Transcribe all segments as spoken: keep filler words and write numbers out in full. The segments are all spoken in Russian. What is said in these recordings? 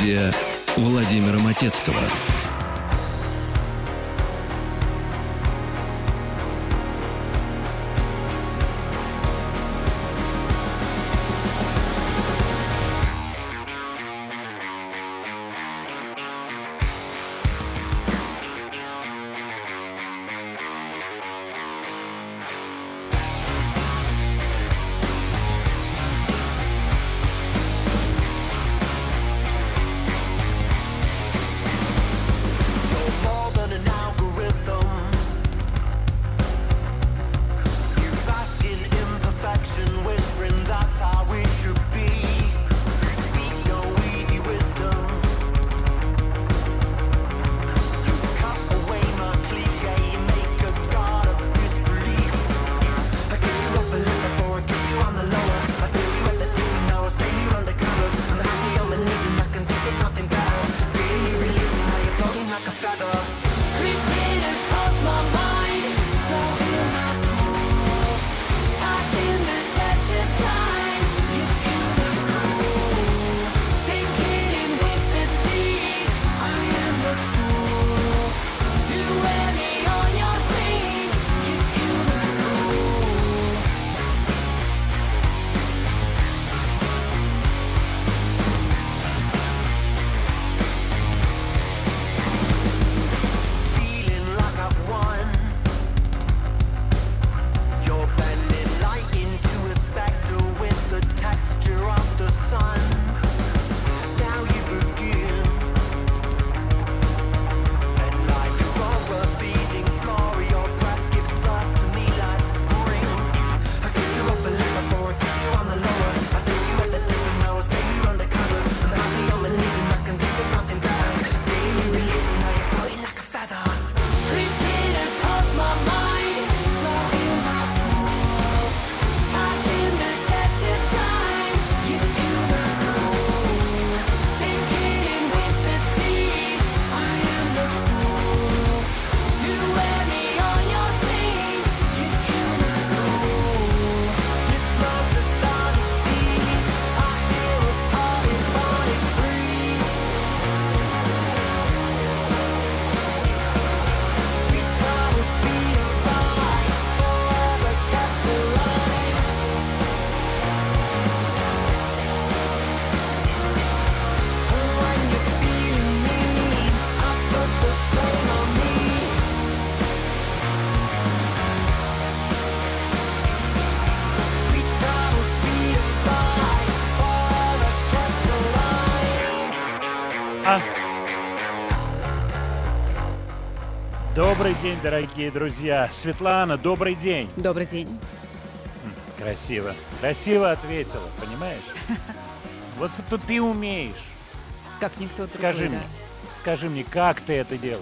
Студия Владимира Матецкого. Добрый день, дорогие друзья. Светлана, добрый день. Добрый день. Красиво. Красиво ответила, понимаешь? Вот ты умеешь. Как никто другой, Скажи мне, да. скажи мне, как ты это делаешь?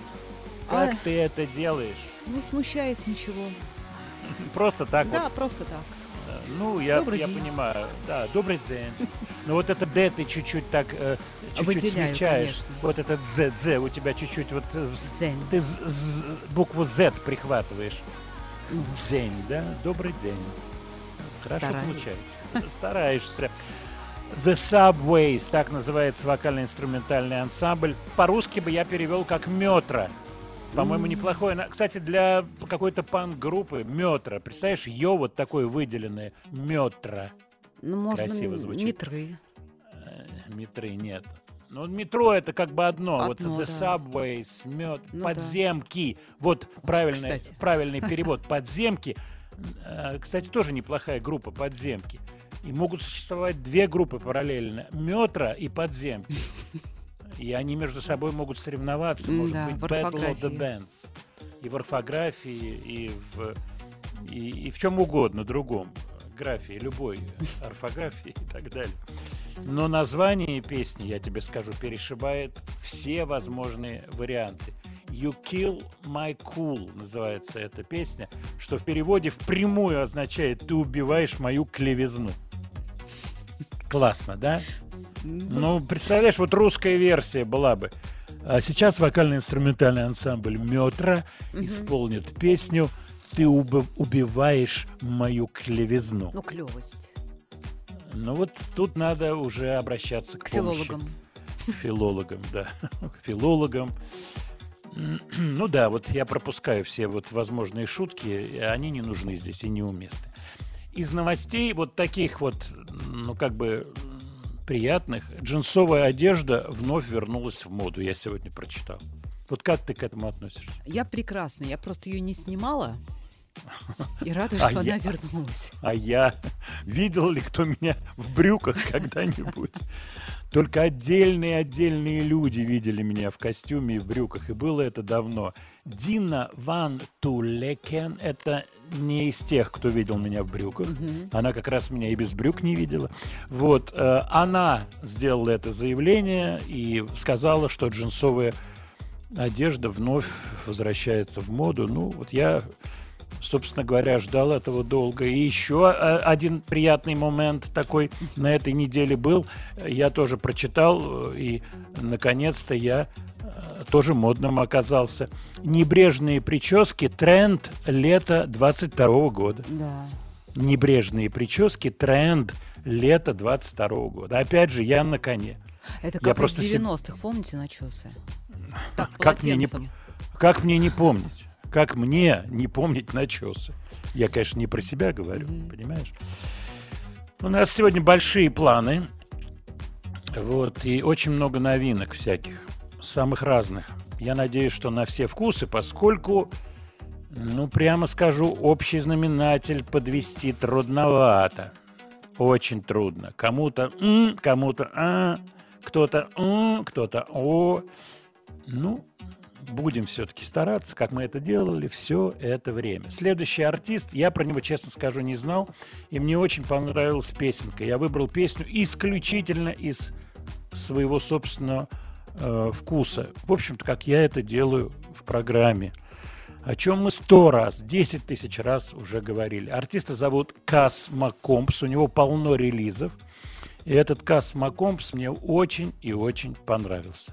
Как А, ты это делаешь? Не смущаясь ничего. Просто так Да, вот? просто так. Ну, я, Добрый я день. понимаю. Да, добрый день. Но вот это «д» ты чуть-чуть так, э, чуть-чуть Выделяю, смягчаешь. конечно. Вот этот «з», «дз» у тебя чуть-чуть вот... э, с- Дзень. Ты з- з- букву «з» прихватываешь. Дзень, да? Добрый день. Хорошо Стараюсь. получается. Стараешься. The Subways, так называется вокально-инструментальный ансамбль. По-русски бы я перевел как «Метра». По-моему, неплохое. на- Кстати, для какой-то панк-группы «Метра». Представляешь, «ё» вот такое выделенное. «Метра». Ну, можно Красиво звучит. метры. Э, Метры нет. Ну, метро это как бы одно. вот Одно, The да. Subways, мет, Ну подземки. Вот правильный, Кстати. правильный перевод. Подземки. Э, Кстати, тоже неплохая группа подземки. И могут существовать две группы параллельно. Метро и подземки. И они между собой могут соревноваться. Может Да, быть, в Battle of the орфографии. Bands. И в орфографии, и в, и, и в чем угодно другом. Графии, любой орфографии и так далее. Но название песни, я тебе скажу, перешибает все возможные варианты. You Kill My Cool называется эта песня, что в переводе впрямую означает «ты убиваешь мою клевизну». Классно, да? Ну, представляешь, вот русская версия была бы. А сейчас вокально-инструментальный ансамбль «Метра» исполнит песню «Ты уб- убиваешь мою клевизну». Ну, клевость. Ну вот тут надо уже обращаться к, К помощи. филологам. филологам, да, филологам. Ну да, вот я пропускаю все вот возможные шутки, они не нужны здесь и неуместны. Из новостей вот таких вот, ну как бы приятных, джинсовая одежда вновь вернулась в моду, я сегодня прочитал. Вот как ты к этому относишься? Я прекрасно, я просто ее не снимала и рада, А что я- она вернулась. А я видел ли кто меня в брюках когда-нибудь? Только отдельные-отдельные люди видели меня в костюме и в брюках, и было это давно. Дина Ван Тулекен – это не из тех, кто видел меня в брюках. Мгм. Она как раз меня и без брюк не видела. Вот, э, она сделала это заявление и сказала, что джинсовая одежда вновь возвращается в моду. Ну, вот я, собственно говоря, ждал этого долго. И еще э, один приятный момент такой на этой неделе был. Я тоже прочитал, э, и, наконец-то, я э, тоже модным оказался. Небрежные прически – тренд лета двадцать второго года. Да. Небрежные прически – тренд лета двадцать второго года. Опять же, я на коне. Это Я как просто из себе- девяностых, помните, начесы? Так, Как мне, не, полотенцем. как мне не помнить? Как мне не помнить начесы? Я, конечно, не про себя говорю, Мгм. понимаешь? У нас сегодня большие планы. Вот, и очень много новинок всяких, самых разных. Я надеюсь, что на все вкусы, поскольку, ну, прямо скажу, общий знаменатель подвести трудновато. Очень трудно. Кому-то «м», кому-то «а», кто-то «м», кто-то «о». Ну, будем все-таки стараться, как мы это делали все это время. Следующий артист, я про него, честно скажу, не знал, и мне очень понравилась песенка. Я выбрал песню исключительно из своего собственного э, вкуса. В общем-то, как я это делаю в программе. О чем мы сто раз, десять тысяч раз уже говорили. Артиста зовут Кас Маккомбс, у него полно релизов. И этот Кас Маккомбс мне очень и очень понравился.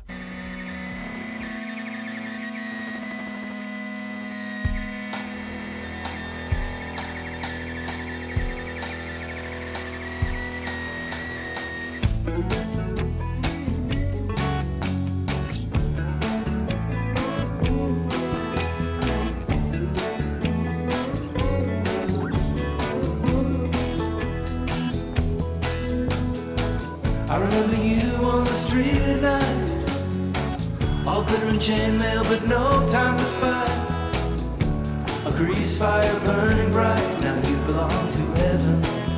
I remember you on the street at night, all glitter and chainmail, but no time to fight. A grease fire burning bright, now you belong to heaven.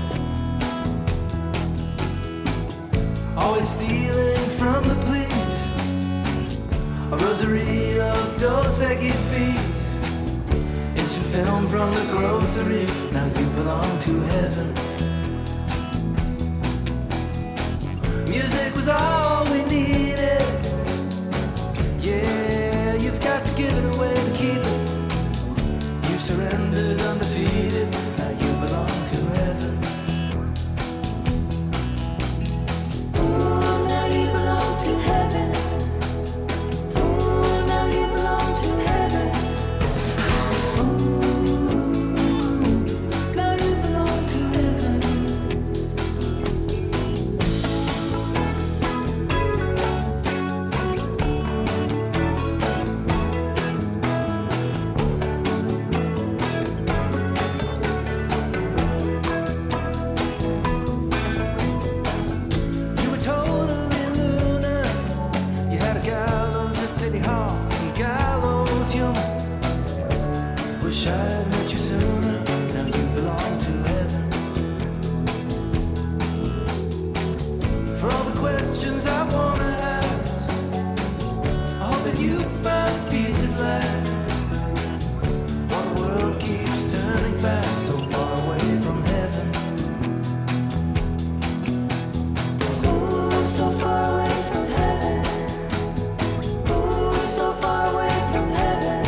Always stealing from the police, a rosary of Dos Equis beats. Instant film from the grocery, now you belong to heaven. Music was all we needed. Yeah, you've got to give it away to keep it. You surrendered undefeated. Now you belong to heaven. Ooh, now you belong to heaven. Ooh, now you belong to heaven. Ooh, now you belong to heaven. You were totally lunar. You had a gallows at City Hall. You gallows human. Wish I'd met you sooner. Now you belong to heaven. For all the questions I wanna ask, I hope that you find peace at last. While the world keeps turning fast, so far away from heaven. Ooh, so far away from heaven. Ooh, so far away from heaven.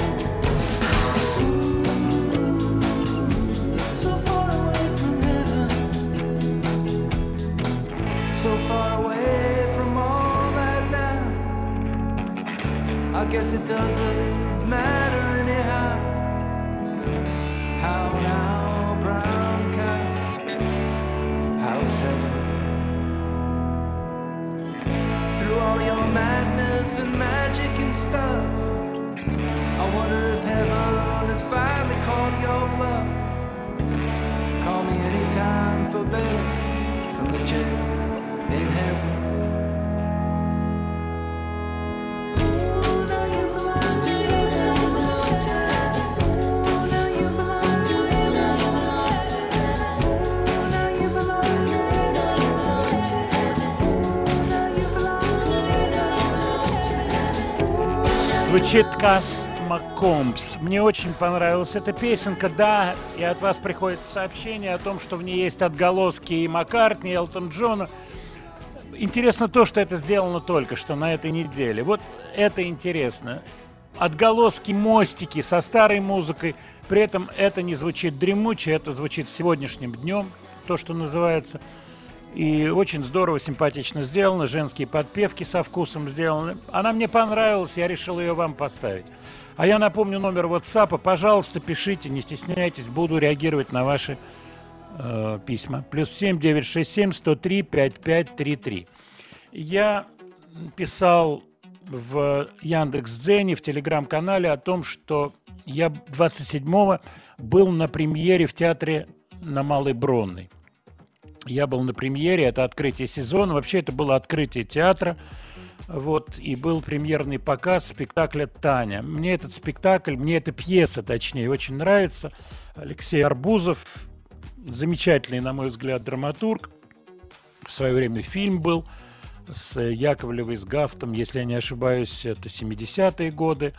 Ooh, so far away from heaven. So far away from all that now. I guess it doesn't matter anyhow. How now, brown cow? How's heaven? Through all your tricks and magic and stuff. I wonder if heaven has finally called your bluff. Call me anytime for bail from the jail in heaven. Звучит Кас Маккомбс. Мне очень понравилась эта песенка. Да, и от вас приходит сообщение о том, что в ней есть отголоски и Маккартни, и Элтон Джона. Интересно то, что это сделано только что на этой неделе. Вот это интересно. Отголоски, мостики со старой музыкой. При этом это не звучит дремуче, это звучит сегодняшним днем, то, что называется. И очень здорово, симпатично сделано. Женские подпевки со вкусом сделаны. Она мне понравилась, я решил ее вам поставить. А я напомню номер WhatsApp. Пожалуйста, пишите, не стесняйтесь. Буду реагировать на ваши э, письма. Плюс семь девятьсот шестьдесят семь сто три пятьдесят пять тридцать три. Я писал в Яндекс.Дзене, в Телеграм-канале о том, что я двадцать седьмого был на премьере в театре на Малой Бронной. Я был на премьере, это открытие сезона. Вообще это было открытие театра. Вот, и был премьерный показ спектакля «Таня». Мне этот спектакль, мне эта пьеса, точнее, очень нравится. Алексей Арбузов, замечательный, на мой взгляд, драматург. В свое время фильм был с Яковлевой, с Гафтом, если я не ошибаюсь, это семидесятые годы.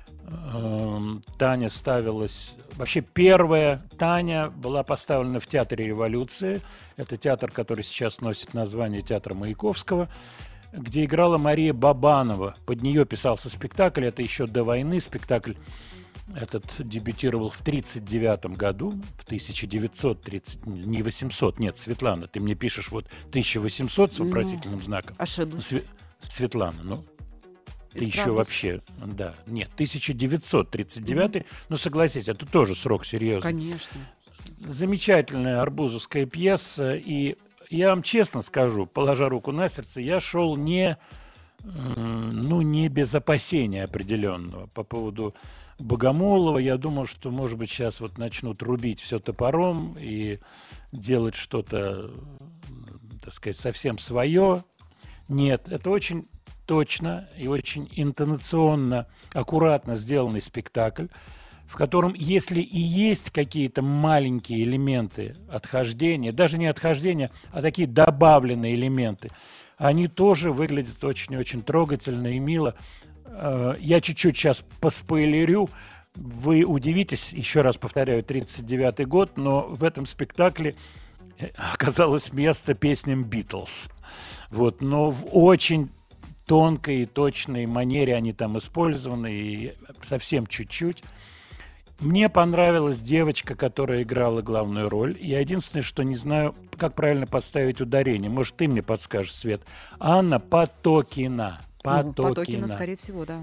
Таня ставилась... Вообще первая Таня была поставлена в Театре Революции. Это театр, который сейчас носит название Театра Маяковского, где играла Мария Бабанова. Под нее писался спектакль. Это еще до войны спектакль. Этот дебютировал в тридцать девятом году, в тысяча девятьсот тридцатом, не восемьсот, нет, Светлана, ты мне пишешь вот тысяча восемьсот с вопросительным знаком. Ошиблась. Све- Светлана, ну... Ты еще Исправлюсь. вообще, да, нет, тысяча девятьсот тридцать девятый, ну согласись, это тоже срок серьезный. Конечно. Замечательная арбузовская пьеса, и я вам честно скажу, положа руку на сердце, я шел не, ну, не без опасения определенного по поводу Богомолова. Я думал, что, может быть, сейчас вот начнут рубить все топором и делать что-то, так сказать, совсем свое. Нет, это очень... точно и очень интонационно, аккуратно сделанный спектакль, в котором, если и есть какие-то маленькие элементы отхождения, даже не отхождения, а такие добавленные элементы, они тоже выглядят очень-очень трогательно и мило. Я чуть-чуть сейчас поспойлерю. Вы удивитесь, еще раз повторяю, тридцать девятый год, но в этом спектакле оказалось место песням «Битлз». Вот, но в очень тонкой и точной манере они там использованы, и совсем чуть-чуть. Мне понравилась девочка, которая играла главную роль. Я единственное, что не знаю, как правильно поставить ударение. Может, ты мне подскажешь, Свет? Анна Потокина. Ну, Потокина. Потокина, скорее всего, да.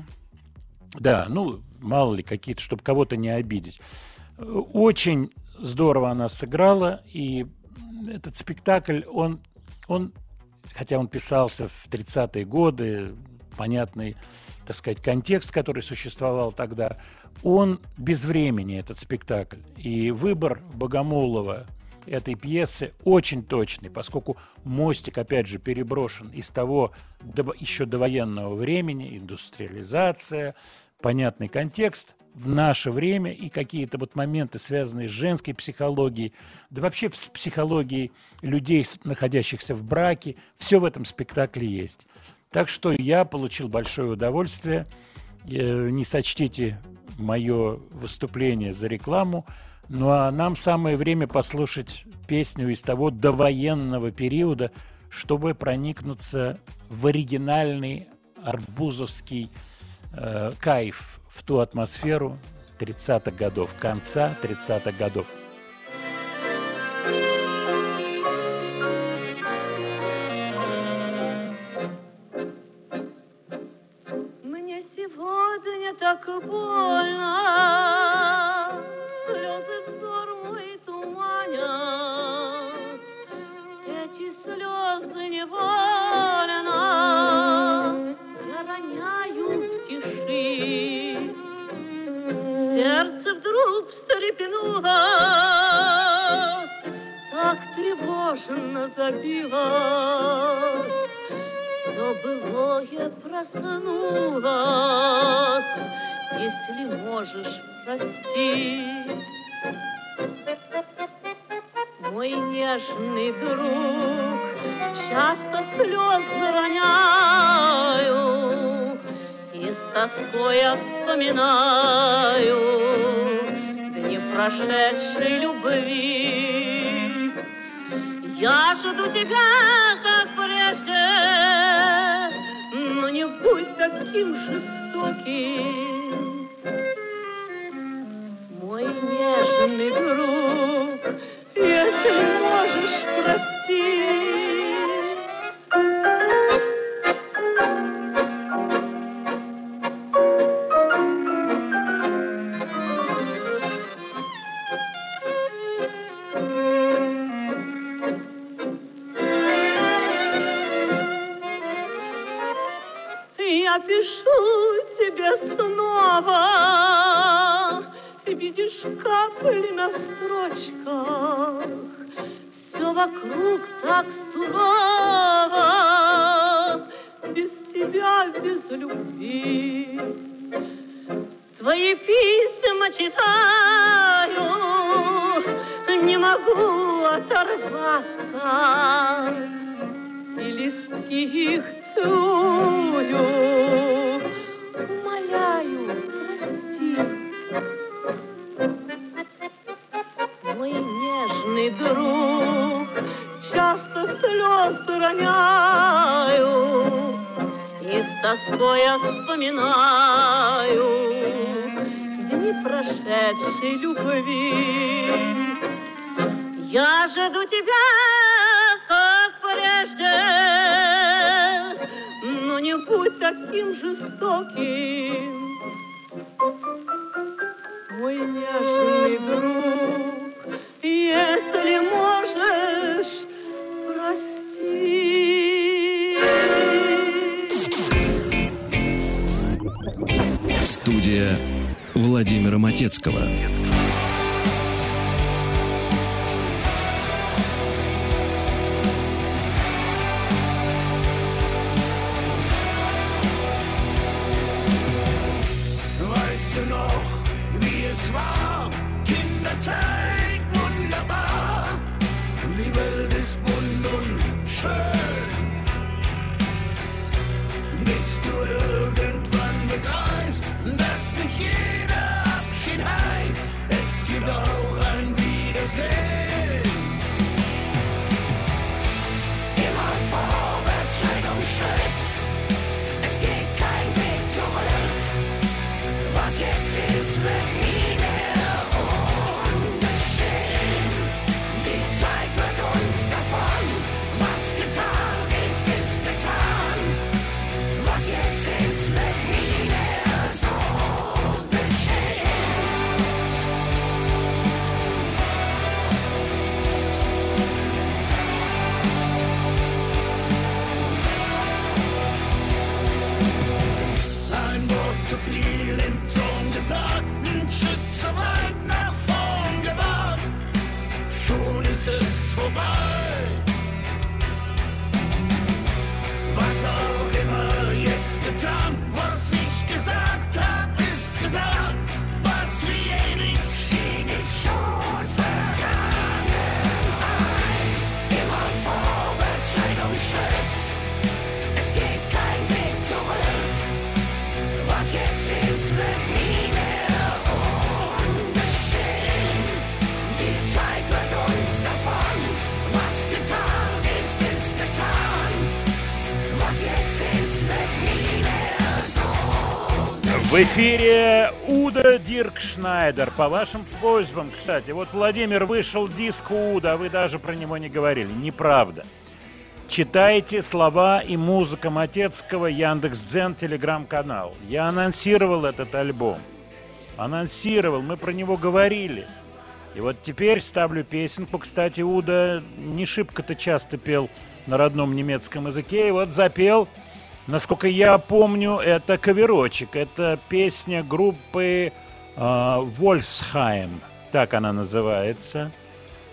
Да, ну, мало ли, какие-то, чтобы кого-то не обидеть. Очень здорово она сыграла, и этот спектакль, он... он хотя он писался в тридцатые годы, понятный, так сказать, контекст, который существовал тогда, он без времени, этот спектакль. И выбор Богомолова этой пьесы очень точный, поскольку мостик, опять же, переброшен из того до, еще довоенного времени, индустриализация, понятный контекст в наше время и какие-то вот моменты, связанные с женской психологией, да вообще с психологией людей, находящихся в браке, все в этом спектакле есть. Так что я получил большое удовольствие. Не сочтите мое выступление за рекламу. Ну а нам самое время послушать песню из того довоенного периода, чтобы проникнуться в оригинальный арбузовский э, кайф, в ту атмосферу тридцатых годов, конца тридцатых годов. Мне сегодня так больно, слезы взор мой туманят, эти слезы невольно я роняю тревожно забилось, все былое проснулось, если можешь, прости. Мой нежный друг, часто слезы роняю и с тоской я вспоминаю дни прошедшей любви. Я жду тебя, как прежде, но не будь таким жестоким. Мой нежный друг, если можешь, прости. Я пишу тебе снова, видишь капли на строчках, все вокруг так сурово, без тебя, без любви. Твои письма читаю, не могу оторваться, и листки их целую, умоляю, прости. Мой нежный друг, часто слезы роняю и с тоской я вспоминаю дни прошедшей любви. Я жду тебя, как прежде, но не будь таким жестоким. Мой нежный друг, если можешь, прости. Студия Владимира Матецкого. Weißt du noch, wie es war? Kinderzeit, wunderbar. Die Welt ist bunt und schön. Bis du irgendwann begreifst, dass nicht jeder Abschied heißt. Es gibt auch ein Wiedersehen. Immer vorwärts, Schritt um Schritt. Es geht kein Weg zurück. Was jetzt ist, wird nie mehr ungeschehen. Die Zeit wird uns davon. Was getan ist, ist getan. Was jetzt ist, wird nie mehr so geschehen. Ein Wort zu viel im Zorn gesagt, ein Schritt zu weit nach vorn gewagt, schon ist es vorbei. Was auch immer jetzt getan, was ich gesagt hab, ist gesagt. Was wie ewig schien, ist schon Vergangenheit. Immer vorwärts, Schritt um Schritt. Es geht kein Weg zurück. Was jetzt ist, wird nie mehr ungeschehen. Die Zeit wird uns davon. Was getan ist, ist getan. Was jetzt ist, wird nie mehr so geschehen. В эфире Уда Диркшнайдер. По вашим просьбам, кстати. Вот, Владимир, вышел диск Уда, а вы даже про него не говорили. Неправда. Читайте слова и музыка Матецкого, Яндекс.Дзен, телеграм-канал. Я анонсировал этот альбом. Анонсировал, мы про него говорили. И вот теперь ставлю песенку. Кстати, Уда не шибко-то часто пел на родном немецком языке. И вот запел, насколько я помню, это каверочек. Это песня группы э, Wolfsheim. Так она называется.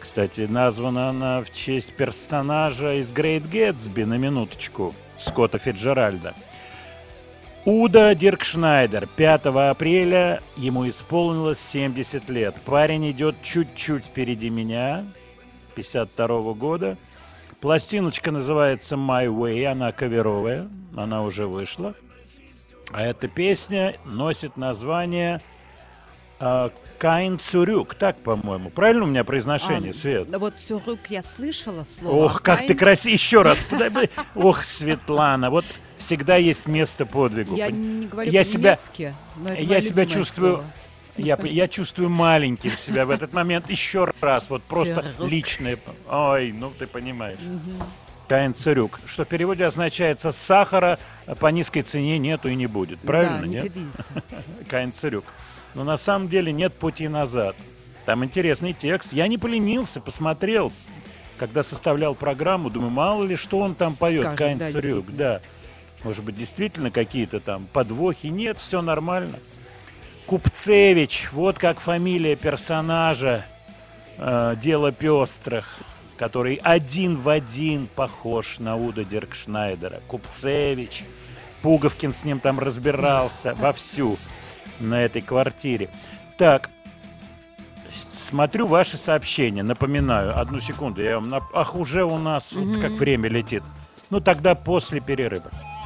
Кстати, названа она в честь персонажа из Great Gatsby, на минуточку, Скотта Фицджеральда. Уда Диркшнайдер. пятого апреля ему исполнилось семьдесят лет. Парень идет чуть-чуть впереди меня, пятьдесят второго года. Пластиночка называется My Way, она каверовая, она уже вышла. А эта песня носит название э, Kein Zurück, так, по-моему. Правильно у меня произношение, А, Свет? да вот «Сюрюк» я слышала слово. Ох, как ты «Кайн» красиво! Еще раз. Ох, Светлана, вот всегда есть место подвигу. Я не говорю Я себя- по-немецки, но это Я мое себя любимое чувствую... слово. Я, я чувствую маленьким себя в этот момент. Еще раз, вот просто Цирюк. личное. Ой, ну ты понимаешь. Kein Zurück, что в переводе означает «со сахара по низкой цене нету и не будет». Правильно, Да, не нет? предвидится. Kein Zurück. Но на самом деле нет пути назад. Там интересный текст. Я не поленился, посмотрел, когда составлял программу, думаю, мало ли что он там поет. Скажет, Kein да, Zurück, действительно. да. Может быть, действительно какие-то там подвохи. Нет, все нормально. Купцевич, вот как фамилия персонажа э, «Дело пестрых», который один в один похож на Уда Диркшнайдера. Купцевич. Пуговкин с ним там разбирался вовсю на этой квартире. Так, смотрю ваши сообщения. Напоминаю, одну секунду. Я вам нап- Ах, уже у нас вот как время летит. Ну, тогда после перерыва.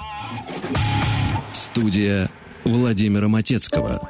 Студия Владимира Матецкого.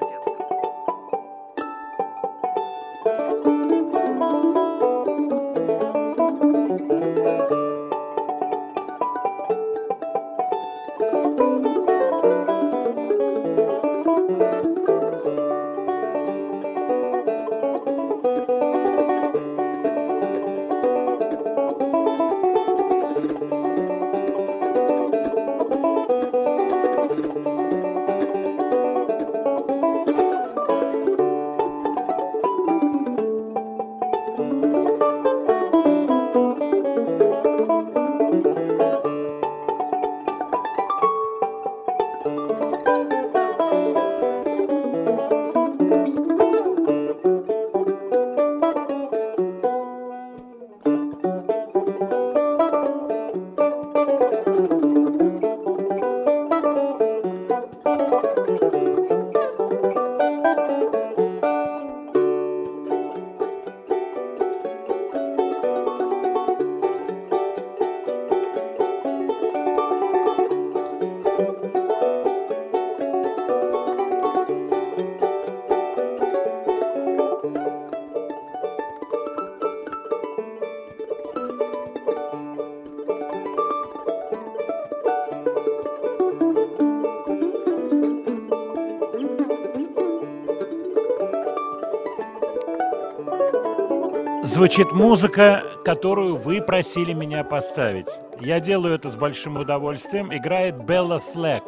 Звучит музыка, которую вы просили меня поставить. Я делаю это с большим удовольствием. Играет Белла Флэк.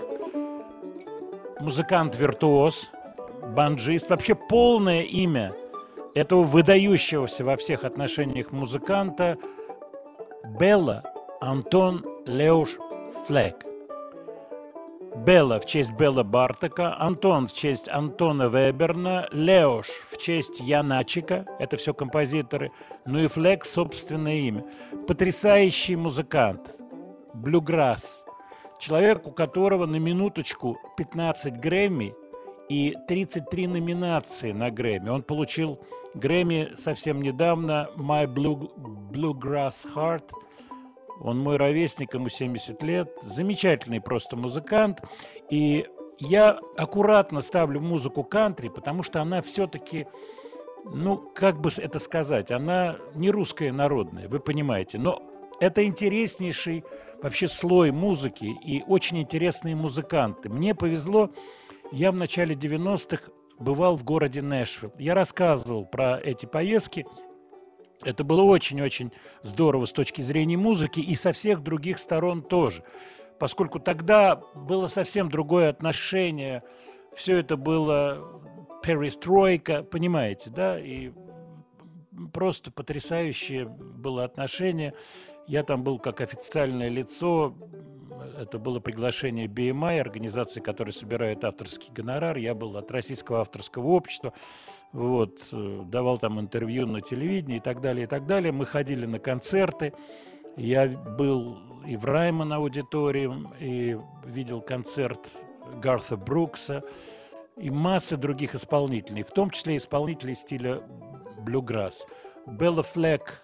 Музыкант-виртуоз, банджист. Вообще полное имя этого выдающегося во всех отношениях музыканта Белла Антон Леуш Флэк. Белла в честь Белла Бартака, Антон в честь Антона Веберна, Леош в честь Яначика, это все композиторы, ну и Флэк собственное имя. Потрясающий музыкант, блюграсс, человек, у которого на минуточку пятнадцать Грэмми и тридцать три номинации на Грэмми. Он получил Грэмми совсем недавно, My Blue, Bluegrass Heart. Он мой ровесник, ему семьдесят лет. Замечательный просто музыкант. И я аккуратно ставлю музыку кантри, потому что она все-таки, ну, как бы это сказать, она не русская народная, вы понимаете. Но это интереснейший вообще слой музыки и очень интересные музыканты. Мне повезло, я в начале девяностых бывал в городе Нэшвилл. Я рассказывал про эти поездки. Это было очень-очень здорово с точки зрения музыки и со всех других сторон тоже, поскольку тогда было совсем другое отношение, все это было перестройка, понимаете, да, и просто потрясающее было отношение. Я там был как официальное лицо, Это было приглашение би эм ай, организации, которая собирает авторский гонорар. Я был от Российского авторского общества. Вот, давал там интервью на телевидении и так далее, и так далее. Мы ходили на концерты. Я был и в Раймон аудиториум, и видел концерт Гарта Брукса, и массы других исполнителей, в том числе исполнителей стиля блюграсс. Белла Флэк,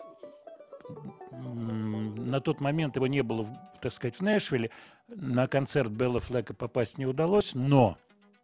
на тот момент его не было, так сказать, в Нэшвилле, на концерт Белла Флэка попасть не удалось, но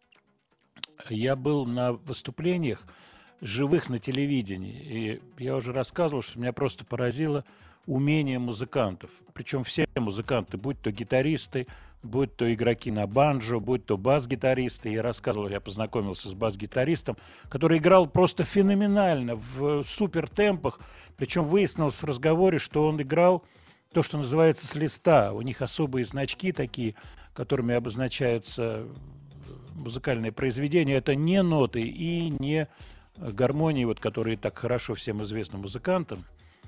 я был на выступлениях живых на телевидении, и я уже рассказывал, что меня просто поразило умение музыкантов. Причем все музыканты, будь то гитаристы, будь то игроки на банджо, будь то бас-гитаристы. Я рассказывал, я познакомился с бас-гитаристом, который играл просто феноменально, в супертемпах. Причем выяснилось в разговоре, что он играл то, что называется с листа. У них особые значки такие, которыми обозначаются музыкальные произведения. Это не ноты и не гармонии, вот, которые так хорошо всем известны музыкантам,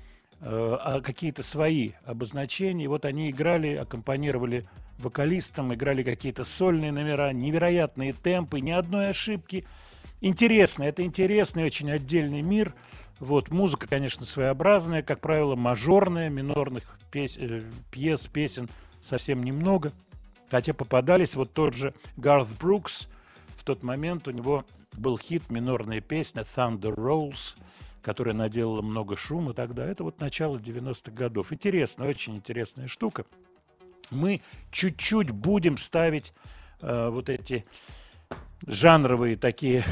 а какие-то свои обозначения. Вот они играли, аккомпанировали вокалистам, играли какие-то сольные номера, невероятные темпы, ни одной ошибки. Интересно, это интересный, очень отдельный мир. Вот, музыка, конечно, своеобразная, как правило, мажорная, минорных пес... пьес, песен совсем немного. Хотя попадались вот тот же Гарт Брукс. В тот момент у него был хит, минорная песня «Thunder Rolls», которая наделала много шума тогда. Это вот начало девяностых годов. Интересно, очень интересная штука. Мы чуть-чуть будем ставить э, вот эти жанровые такие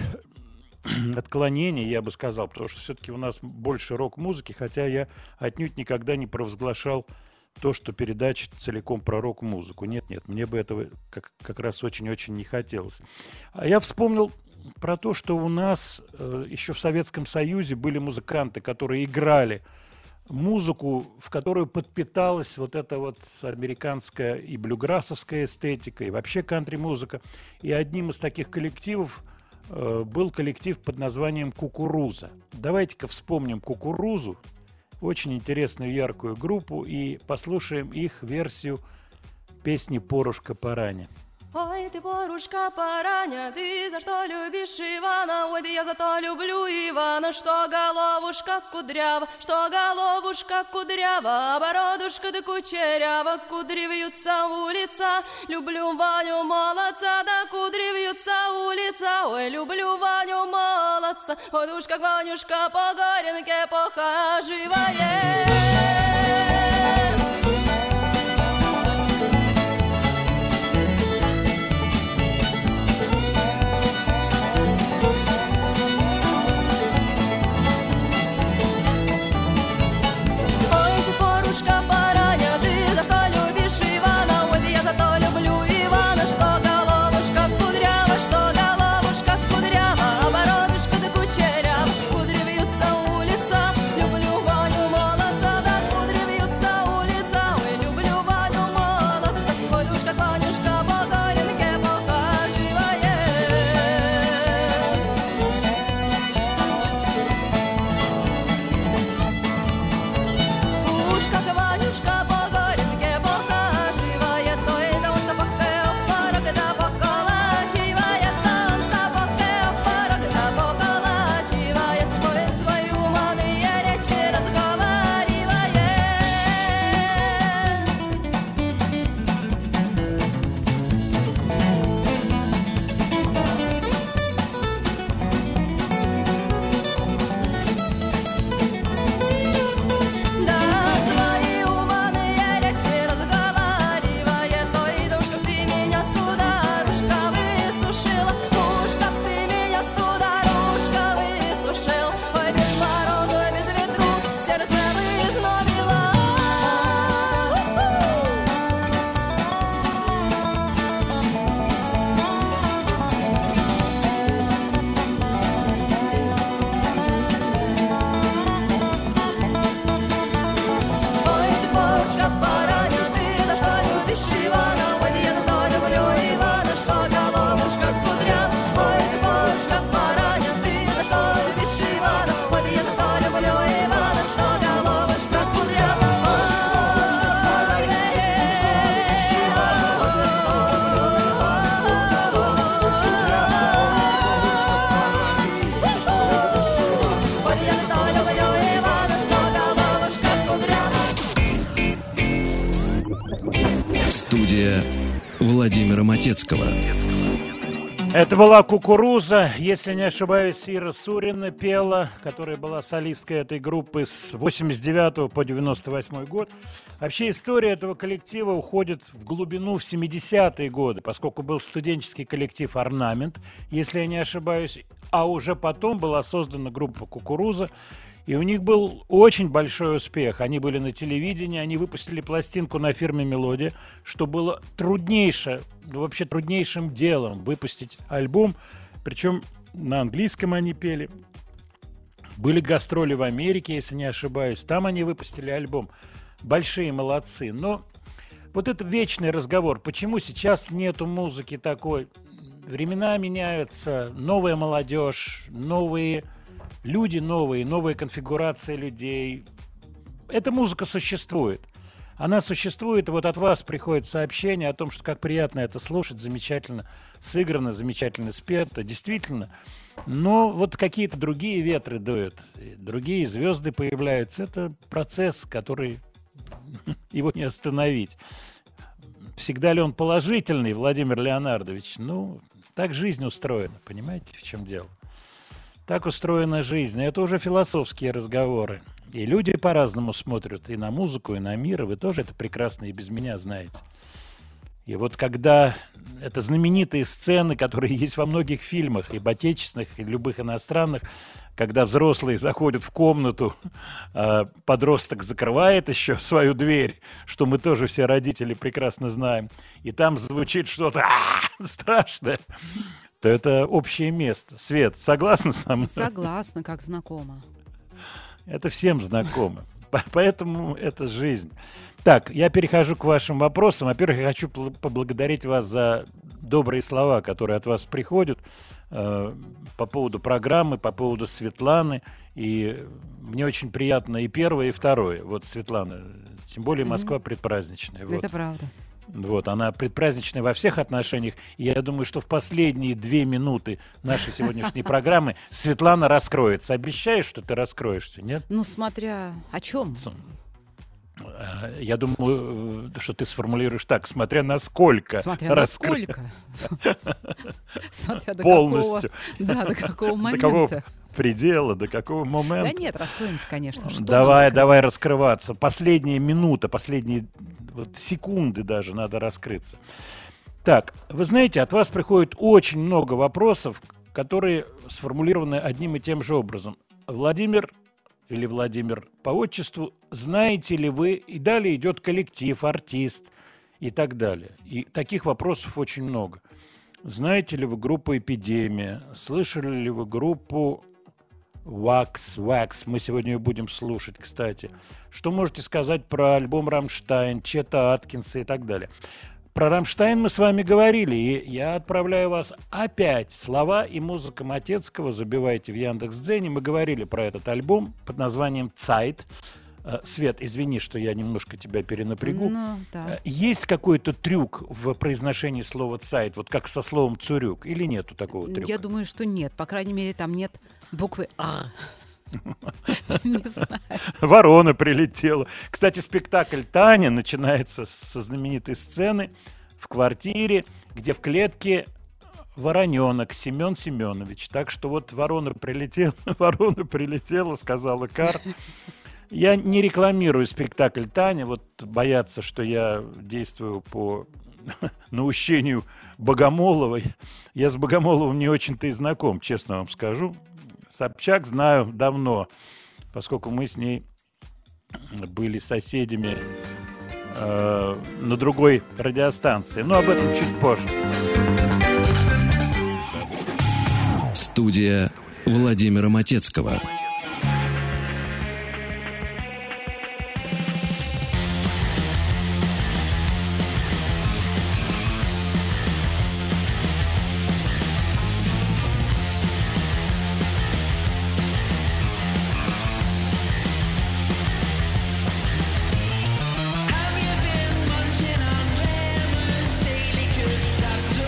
отклонения, я бы сказал, потому что все-таки у нас больше рок-музыки, хотя я отнюдь никогда не провозглашал то, что передача целиком про рок-музыку. Нет-нет, мне бы этого как, как раз очень-очень не хотелось. А я вспомнил про то, что у нас э, еще в Советском Союзе были музыканты, которые играли музыку, в которую подпиталась вот эта вот американская и блюграссовская эстетика, и вообще кантри-музыка. И одним из таких коллективов э, был коллектив под названием «Кукуруза». Давайте-ка вспомним «Кукурузу», очень интересную яркую группу, и послушаем их версию песни «Порушка параня». Ой, ты, порушка параня, ты за что любишь Ивана? Ой, да я за то люблю Ивана, что головушка кудрява, что головушка кудрява, а бородушка да кучерява, кудри вьются улица. Люблю Ваню молодца, да кудри вьются улица. Ой, люблю Ваню молодца, вот уж как Ванюшка по горенке похаживает. Молодца, люблю Ваню молодца. Владимира Матецкого. Это была «Кукуруза», если не ошибаюсь, Ира Сурина пела, которая была солисткой этой группы с восемьдесят девятого по девяносто восьмой год. Вообще история этого коллектива уходит в глубину в семидесятые годы, поскольку был студенческий коллектив «Орнамент», если я не ошибаюсь, а уже потом была создана группа «Кукуруза», и у них был очень большой успех. Они были на телевидении, они выпустили пластинку на фирме «Мелодия», что было труднейшее, вообще труднейшим делом выпустить альбом. Причем на английском они пели. Были гастроли в Америке, если не ошибаюсь. Там они выпустили альбом. Большие молодцы. Но вот это вечный разговор. Почему сейчас нету музыки такой? Времена меняются, новая молодежь, новые... Люди новые, новая конфигурация людей. Эта музыка существует. Она существует, и вот от вас приходит сообщение о том, что как приятно это слушать, замечательно сыграно, замечательно спето, действительно. Но вот какие-то другие ветры дуют, другие звезды появляются. Это процесс, который его не остановить. Всегда ли он положительный, Владимир Леонардович? Ну, так жизнь устроена, понимаете, в чем дело? Так устроена жизнь. Это уже философские разговоры. И люди по-разному смотрят и на музыку, и на мир. И вы тоже это прекрасно и без меня знаете. И вот когда это знаменитые сцены, которые есть во многих фильмах, и отечественных, и любых иностранных, когда взрослые заходят в комнату, а подросток закрывает еще свою дверь, что мы тоже все родители прекрасно знаем, и там звучит что-то страшное, то это общее место. Свет, согласна со мной? Согласна, как знакомо. Это всем знакомо. Поэтому это жизнь. Так, я перехожу к вашим вопросам. Во-первых, я хочу поблагодарить вас за добрые слова, которые от вас приходят э, по поводу программы, по поводу Светланы. И мне очень приятно и первое, и второе. Вот Светлана, тем более Москва предпраздничная. Вот. Это правда. Вот, она предпраздничная во всех отношениях. И я думаю, что в последние две минуты нашей сегодняшней программы Светлана раскроется. Обещаешь, что ты раскроешься, нет? Ну, смотря о чем. Я думаю, что ты сформулируешь так, смотря на сколько. Смотря на сколько. Смотря до полностью. Да, до какого момента. До какого предела, до какого момента. Да нет, раскроемся, конечно. Что давай, давай раскрываться. Последняя минута, последние вот, секунды даже надо раскрыться. Так, вы знаете, от вас приходит очень много вопросов, которые сформулированы одним и тем же образом. Владимир или Владимир по отчеству, знаете ли вы, и далее идет коллектив, артист и так далее. И таких вопросов очень много. Знаете ли вы группу «Эпидемия»? Слышали ли вы группу «Wax», «Wax»? Мы сегодня ее будем слушать, кстати. Что можете сказать про альбом «Рамштайн», Чета Аткинса и так далее? Про «Рамштайн» мы с вами говорили, и я отправляю вас опять. Слова и музыка Матецкого забивайте в Яндекс.Дзене. Мы говорили про этот альбом под названием «Zeit». Свет, извини, что я немножко тебя перенапрягу. Ну, да. Есть какой-то трюк в произношении слова «Zeit», вот как со словом «цурюк», или нету такого трюка? Я думаю, что нет. По крайней мере, там нет буквы «А». Не знаю. Ворона прилетела. Кстати, спектакль «Таня» начинается со знаменитой сцены в квартире, где в клетке вороненок Семен Семенович. Так что вот ворона прилетела, ворона прилетела, сказала Кар. Я не рекламирую спектакль «Таня», вот боятся, что я действую по наущению Богомоловой. Я с Богомоловым не очень-то и знаком, честно вам скажу. Собчак знаю давно, поскольку мы с ней были соседями э, на другой радиостанции. Но об этом чуть позже. Студия Владимира Матецкого.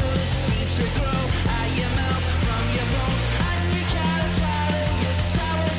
Seems to grow out your mouth from your bones, and you can't tell your sour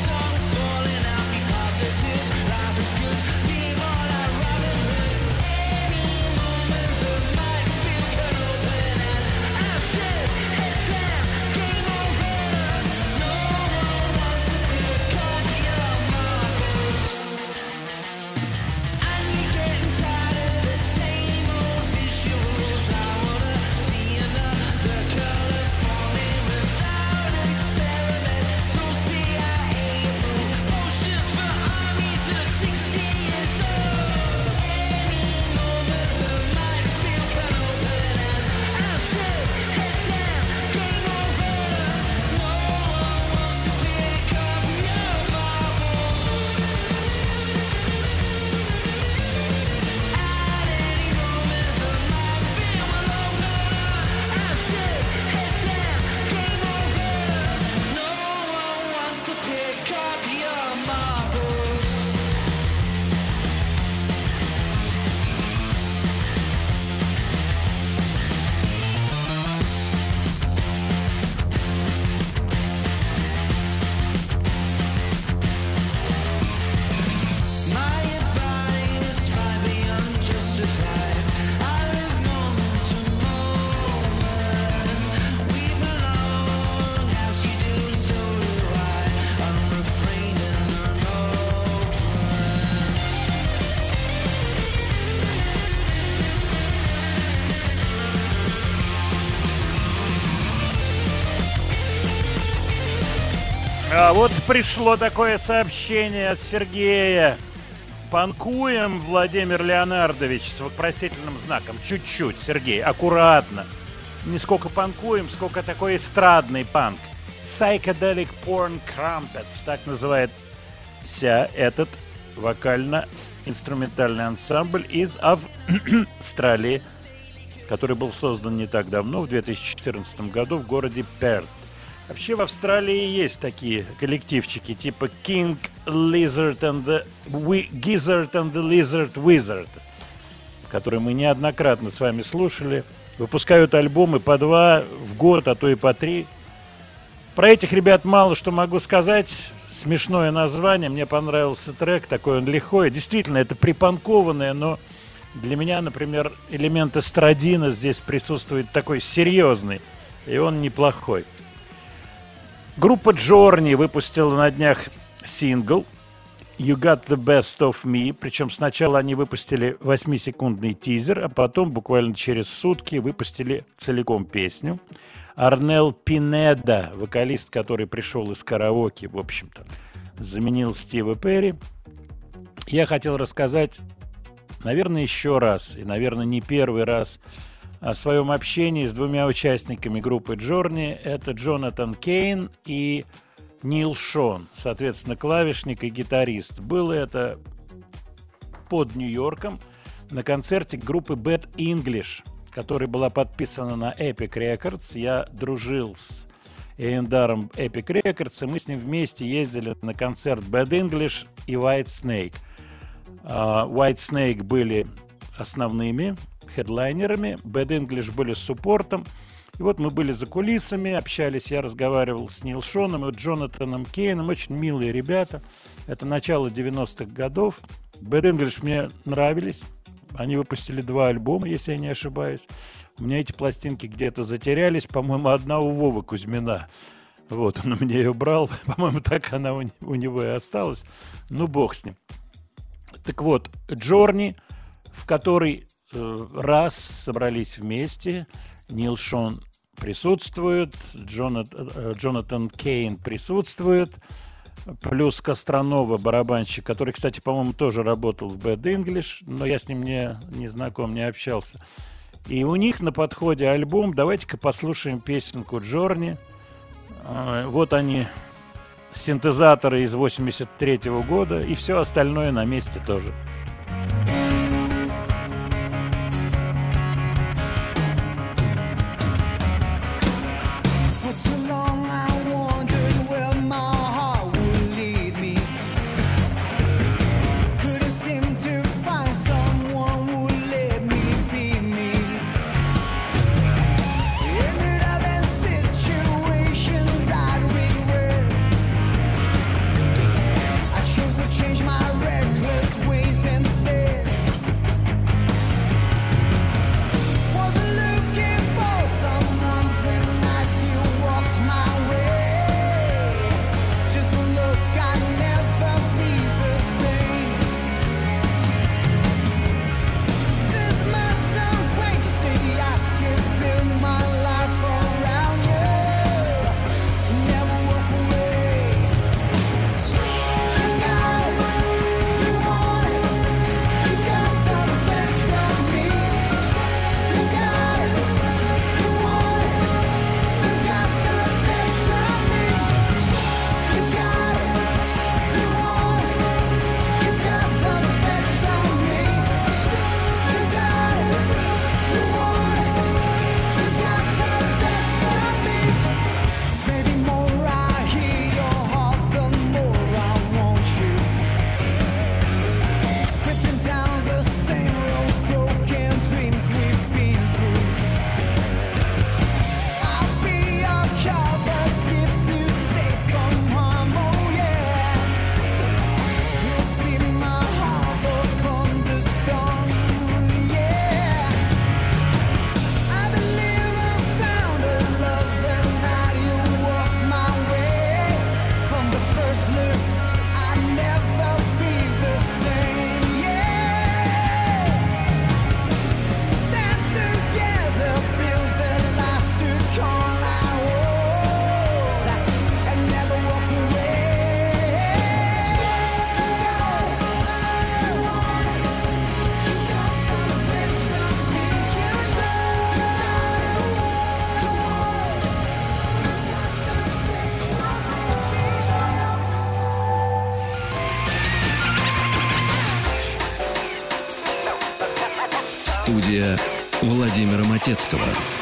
А вот пришло такое сообщение от Сергея. Панкуем, Владимир Леонардович, с вопросительным знаком. Чуть-чуть, Сергей, аккуратно. Не сколько панкуем, сколько такой эстрадный панк. Psychedelic Porn Crumpets, так называется этот вокально-инструментальный ансамбль из Австралии, который был создан не так давно, в две тысячи четырнадцатом году в городе Перт. Вообще в Австралии есть такие коллективчики типа King Lizard and the We- Gizzard and the Lizard Wizard, которые мы неоднократно с вами слушали. Выпускают альбомы по два в год, а то и по три. Про этих ребят мало что могу сказать. Смешное название. Мне понравился трек. Такой он лихой. Действительно, это припанкованное, но для меня, например, элемент эстрадина здесь присутствует такой серьезный. И он неплохой. Группа Journey выпустила на днях сингл You Got The Best Of Me. Причем сначала они выпустили восьмисекундный тизер, а потом буквально через сутки выпустили целиком песню. Арнел Пинеда, вокалист, который пришел из караоке, в общем-то, заменил Стива Перри. Я хотел рассказать, наверное, еще раз, и, наверное, не первый раз, о своем общении с двумя участниками группы Journey. Это Джонатан Кейн и Нил Шон, соответственно, клавишник и гитарист. Было это под Нью-Йорком на концерте группы Bad English, которая была подписана на Epic Records. Я дружил с Эйндаром Epic Records, и мы с ним вместе ездили на концерт Bad English и White Snake. Uh, White Snake были основными хедлайнерами, Bad English были суппортом. И вот мы были за кулисами, общались, я разговаривал с Нил Шоном и вот Джонатаном Кейном, очень милые ребята. Это начало девяностых годов. Bad English мне нравились. Они выпустили два альбома, если я не ошибаюсь. У меня эти пластинки где-то затерялись. По-моему, одна у Вовы Кузьмина. Вот, он у меня ее брал. По-моему, так она у, у него и осталась. Ну, бог с ним. Так вот, Journey, в которой э, раз собрались вместе. Нил Шон присутствует, Джонат, э, Джонатан Кейн присутствует. Плюс Костронова, барабанщик, который, кстати, по-моему, тоже работал в Bad English, но я с ним не, не знаком, не общался. И у них на подходе альбом. Давайте-ка послушаем песенку Journey. Вот они, синтезаторы из восемьдесят третьего года, и все остальное на месте тоже. Change my reckless ways. Студия Владимира Матецкого.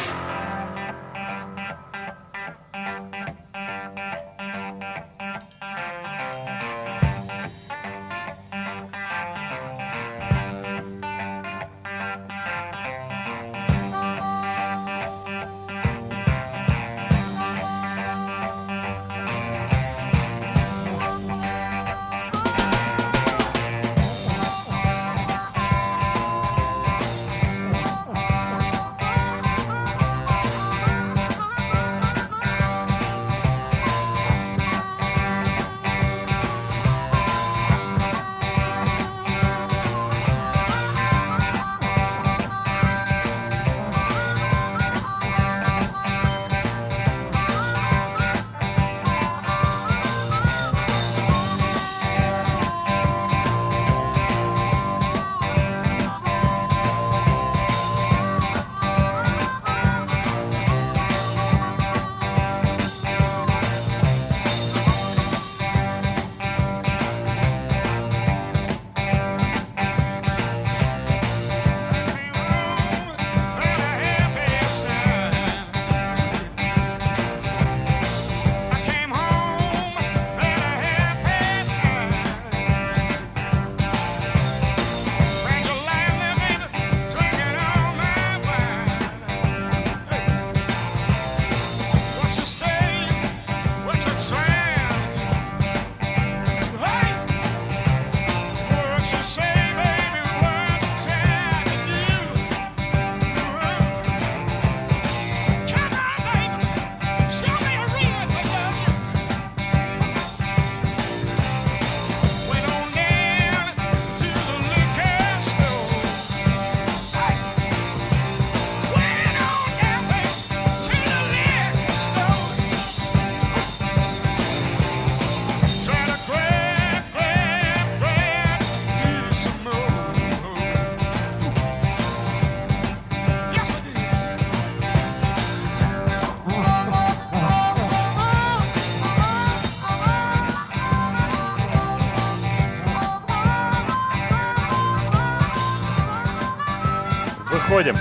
Выходим.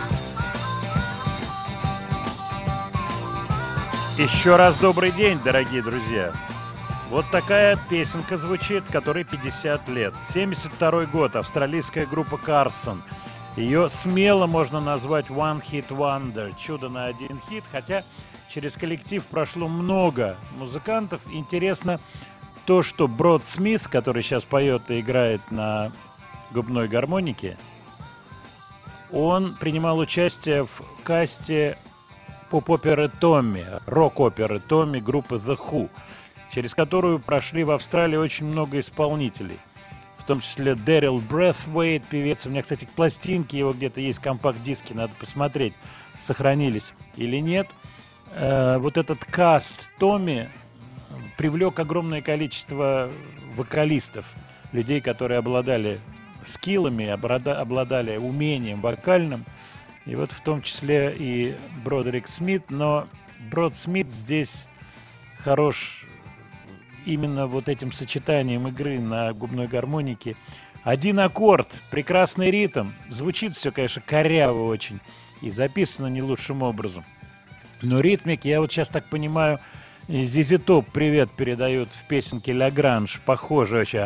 Еще раз добрый день, дорогие друзья. Вот такая песенка звучит, которой пятьдесят лет. семьдесят второй год, австралийская группа Carson. Ее смело можно назвать One Hit Wonder, чудо на один хит, хотя через коллектив прошло много музыкантов. Интересно то, что Брод Смит, который сейчас поет и играет на губной гармонике, он принимал участие в касте поп-оперы «Томми», рок-оперы «Томми» группы The Who, через которую прошли в Австралии очень много исполнителей, в том числе Дэрил Брэthwaite, певец. У меня, кстати, пластинки его где-то есть, компакт-диски, надо посмотреть, сохранились или нет. Э, вот этот каст «Томми» привлек огромное количество вокалистов, людей, которые обладали скиллами, обладали умением вокальным, и вот в том числе и Бродерик Смит, но Брод Смит здесь хорош именно вот этим сочетанием игры на губной гармонике. Один аккорд, прекрасный ритм, звучит все, конечно, коряво очень и записано не лучшим образом, но ритмик, я вот сейчас так понимаю, Зизи Топ привет передают в песенке «Ля Гранж». Похоже очень.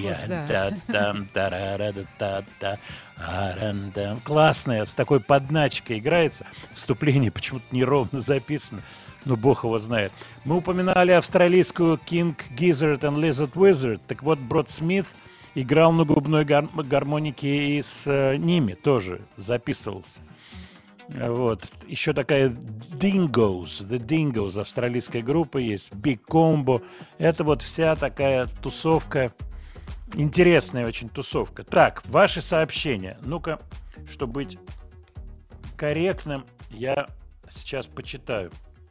Классная, с такой подначкой играется. Вступление почему-то неровно записано, но бог его знает. Мы упоминали австралийскую King Gizzard and Lizard Wizard. Так вот, Брод Смит играл на губной гар- гармонике и с э, ними тоже записывался. Вот. Еще такая Dingoes, The Dingoes, австралийская группа есть, Big Combo. Это вот вся такая тусовка, интересная очень тусовка. Так, ваши сообщения. Ну-ка, чтобы быть корректным, я сейчас почитаю.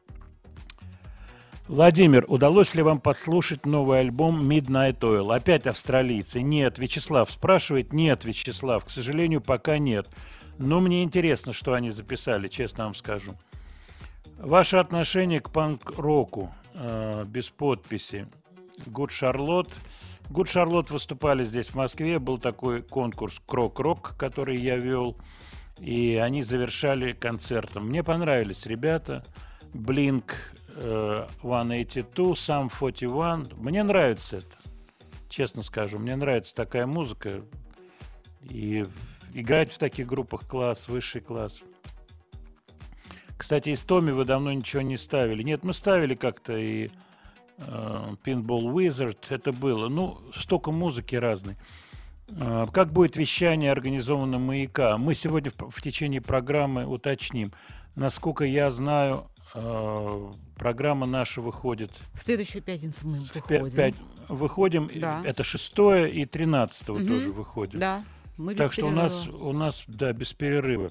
Владимир, удалось ли вам подслушать новый альбом Midnight Oil? Опять австралийцы. Нет, Вячеслав спрашивает. Нет, Вячеслав, к сожалению, пока нет. Но мне интересно, что они записали, честно вам скажу. Ваше отношение к панк-року э, без подписи. Good Charlotte. Good Charlotte выступали здесь в Москве. Был такой конкурс Крок-рок, который я вел. И они завершали концертом. Мне понравились ребята. Blink э, сто восемьдесят два, Sum сорок один. Мне нравится это. Честно скажу, мне нравится такая музыка. И играть в таких группах класс, высший класс. Кстати, из Томми вы давно ничего не ставили. Нет, мы ставили как-то и э, Pinball Wizard. Это было. Ну, столько музыки разной. Э, как будет вещание организовано «Маяка»? Мы сегодня в, в течение программы уточним. Насколько я знаю, э, программа наша выходит. В следующую пятницу мы В выходим. пя- пять выходим. Да. Это шестое и тринадцатого Мгм. тоже выходим. Да, мы без Так что у нас, перерыва. у нас, да, без перерыва.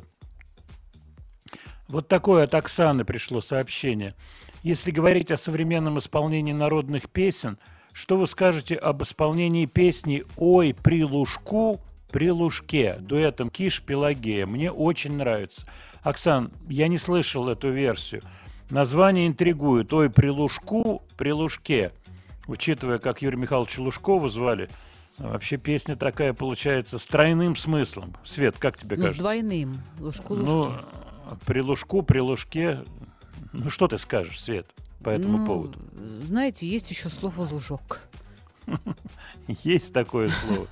Вот такое от Оксаны пришло сообщение. Если говорить о современном исполнении народных песен, что вы скажете об исполнении песни «Ой, при лужку, при лужке» дуэтом Киш-Пелагея? Мне очень нравится. Оксан, я не слышал эту версию. Название интригует. «Ой, при лужку, при лужке». Учитывая, как Юрия Михайловича Лужкова звали, вообще песня такая получается с тройным смыслом. Свет, как тебе Ну, с кажется? двойным. Лужку-лужки. Ну, при лужку, при лужке. Ну, что ты скажешь, Свет, по этому Ну, поводу? знаете, есть еще слово «лужок». Есть такое слово.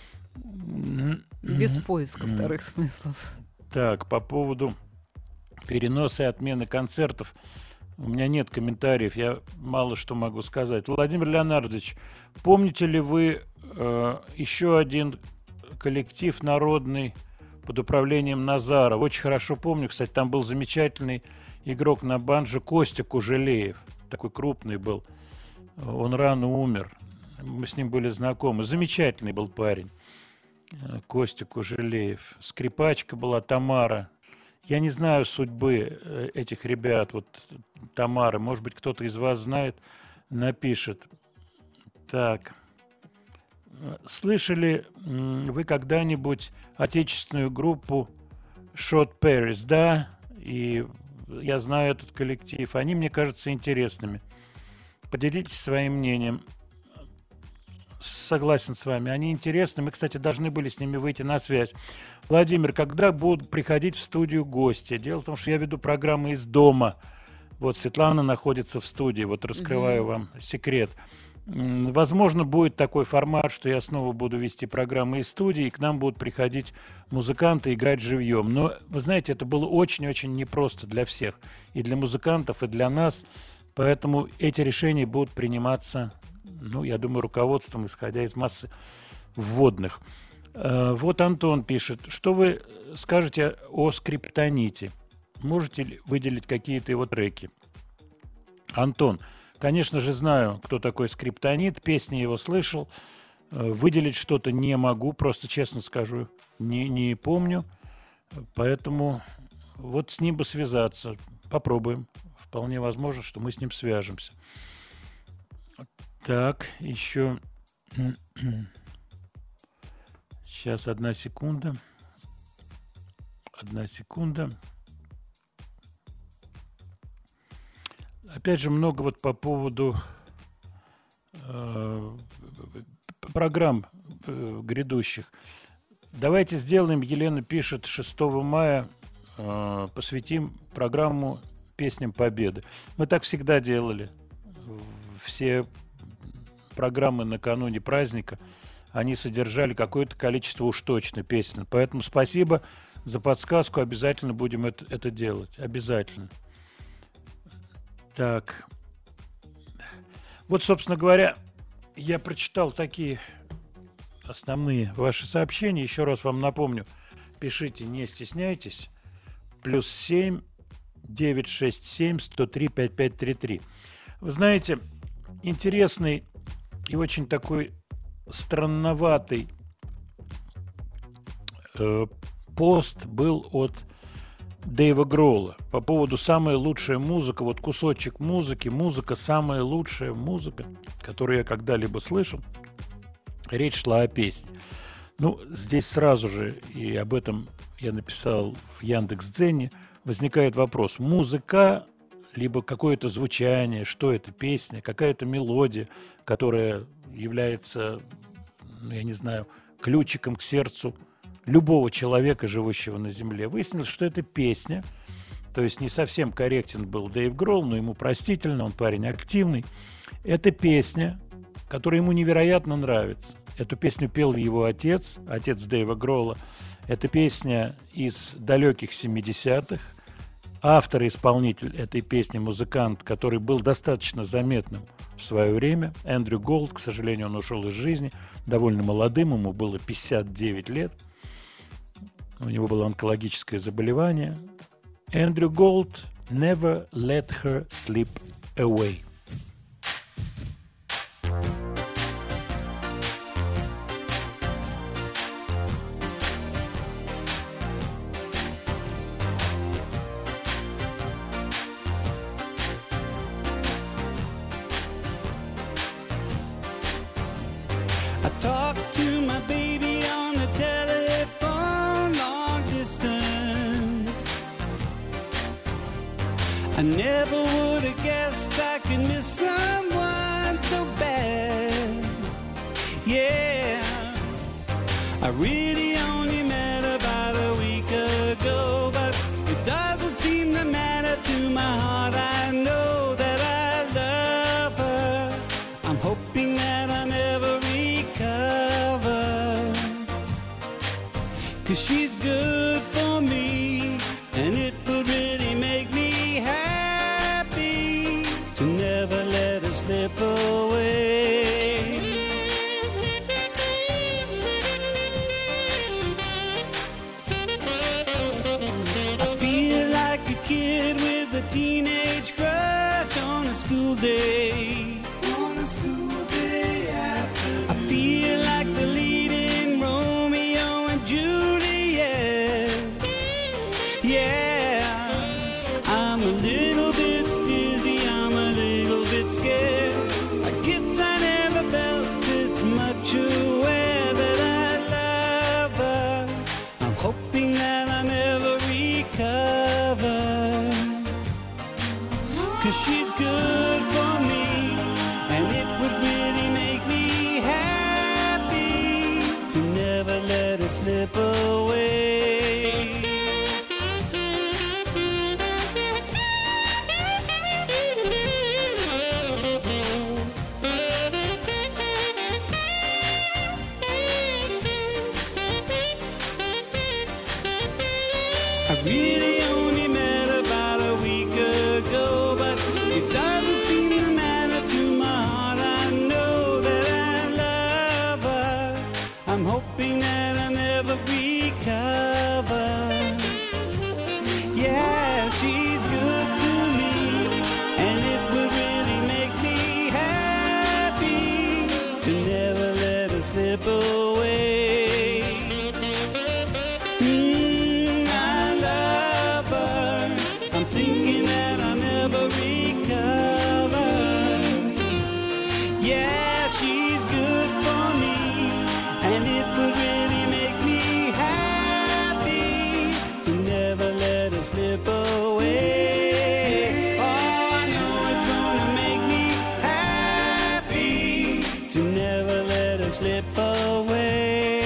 Без поиска вторых смыслов. Так, по поводу переноса и отмены концертов. У меня нет комментариев, я мало что могу сказать. Владимир Леонардович, помните ли вы э, еще один коллектив народный под управлением Назара? Очень хорошо помню, кстати, там был замечательный игрок на банджо Костя Кужелеев. Такой крупный был. Он рано умер. Мы с ним были знакомы. Замечательный был парень. э, Костя Кужелеев. Скрипачка была Тамара. Я не знаю судьбы э, этих ребят, вот Тамары. Может быть, кто-то из вас знает, напишет. Так. Э, Слышали м, вы когда-нибудь отечественную группу Shot Paris? Да, и я знаю этот коллектив. Они мне кажутся интересными. Поделитесь своим мнением. Согласен с вами. Они интересны. Мы, кстати, должны были с ними выйти на связь. Владимир, когда будут приходить в студию гости? Дело в том, что я веду программы из дома. Вот Светлана находится в студии. Вот раскрываю вам секрет. М, Возможно, будет такой формат, что я снова буду вести программы из студии, и к нам будут приходить музыканты играть живьем. Но, вы знаете, это было очень-очень непросто для всех. И для музыкантов, и для нас. Поэтому эти решения будут приниматься, ну, я думаю, руководством, исходя из массы вводных. Э, Вот Антон пишет, что вы скажете о Скриптоните? Можете ли выделить какие-то его треки? Антон, конечно же, знаю, кто такой Скриптонит, песни его слышал. Э, Выделить что-то не могу, просто честно скажу, не, не помню. Поэтому вот с ним бы связаться. Попробуем. Вполне возможно, что мы с ним свяжемся. Так, еще... Сейчас, одна секунда. Одна секунда. Опять же, много вот по поводу э, программ э, грядущих. Давайте сделаем, Елена пишет, шестого мая э, посвятим программу песням Победы. Мы так всегда делали. Все программы накануне праздника, они содержали какое-то количество уж точно песен. Поэтому спасибо за подсказку. Обязательно будем это, это делать. Обязательно. Так. Вот, собственно говоря, я прочитал такие основные ваши сообщения. Еще раз вам напомню. Пишите, не стесняйтесь. Плюс семь девятьсот шестьдесят семь сто три пятьдесят пять тридцать три. Вы знаете, интересный и очень такой странноватый э, пост был от Дэйва Гролла по поводу «Самая лучшая музыка», вот кусочек музыки, музыка, самая лучшая музыка, которую я когда-либо слышал. Речь шла о песне. Ну, здесь сразу же, и об этом я написал в Яндекс.Дзене, возникает вопрос: музыка, либо какое-то звучание, что это, песня, какая-то мелодия, которая является, ну, я не знаю, ключиком к сердцу любого человека, живущего на Земле. Выяснилось, что это песня, то есть не совсем корректен был Дэйв Гролл, но ему простительно, он парень активный. Это песня, которая ему невероятно нравится. Эту песню пел его отец, отец Дэйва Гролла. Это песня из далеких семидесятых. Автор и исполнитель этой песни, музыкант, который был достаточно заметным в свое время, Эндрю Голд. К сожалению, он ушел из жизни довольно молодым, ему было пятьдесят девять лет. У него было онкологическое заболевание. Эндрю Голд «Never let her slip away». I talk to my baby on the telephone, long distance. I never would have guessed I could miss someone so bad. Yeah, I really only met about a week ago, but it doesn't seem to matter to my heart. I know that I love her. I'm hoping that I never recover, 'cause she's good for me, and it would really make me happy to never let her slip away. I feel like a kid with a teenage crush on a school day. On a school day afternoon. I feel like the lead in Romeo and Juliet. Yeah, I'm a little bit dizzy, I'm a little bit scared. I guess I never felt this much aware that I love her. I'm hoping that I never recover, 'cause she's good for me, and it would really make me happy to never let her slip away. I really only met about a week ago, but it doesn't seem to matter to my heart. I know that I love her. I'm hoping that I never recover. Yeah, she's good to me, and it would really make me happy to never let her slip away. Mm, I love her. I'm thinking that I'll never recover. Yeah, she's good for me, and it would really make me happy to never let her slip away. Oh, I know it's gonna make me happy to never let her slip away.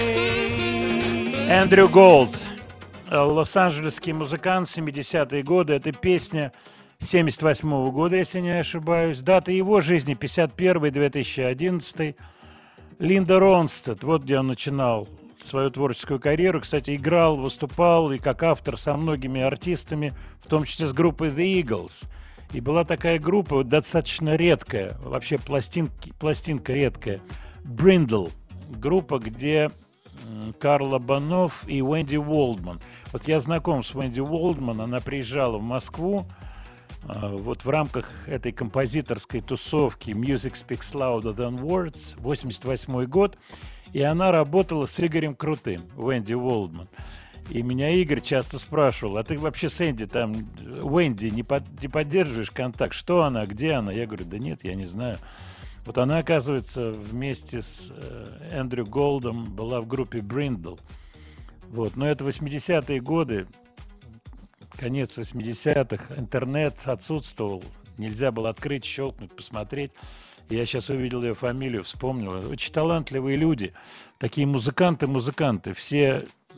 Эндрю Голд, лос-анджелесский музыкант, семидесятые годы. Это песня семьдесят восьмого года, если не ошибаюсь. Дата его жизни пятьдесят первый — две тысячи одиннадцатый. Линда Ронстад, вот где он начинал свою творческую карьеру. Кстати, играл, выступал и как автор со многими артистами, в том числе с группой The Eagles. И была такая группа достаточно редкая, вообще пластинки, пластинка редкая, Brindle. Группа, где Карла Банов и Уэнди Уолдман. Вот я знаком с Уэнди Уолдман, она приезжала в Москву вот в рамках этой композиторской тусовки Music Speaks Louder Than Words, восемьдесят восьмой год, и она работала с Игорем Крутым, Уэнди Уолдман. И меня Игорь часто спрашивал: а ты вообще с Энди там, Уэнди, не, под, не поддерживаешь контакт? Что она, где она? Я говорю: да нет, я не знаю. Вот она, оказывается, вместе с э, Эндрю Голдом была в группе Brindle. Вот. Но это восьмидесятые годы, конец восьмидесятых, интернет отсутствовал, нельзя было открыть, щелкнуть, посмотреть. Я сейчас увидел ее фамилию, вспомнил. Очень талантливые люди, такие музыканты-музыканты, все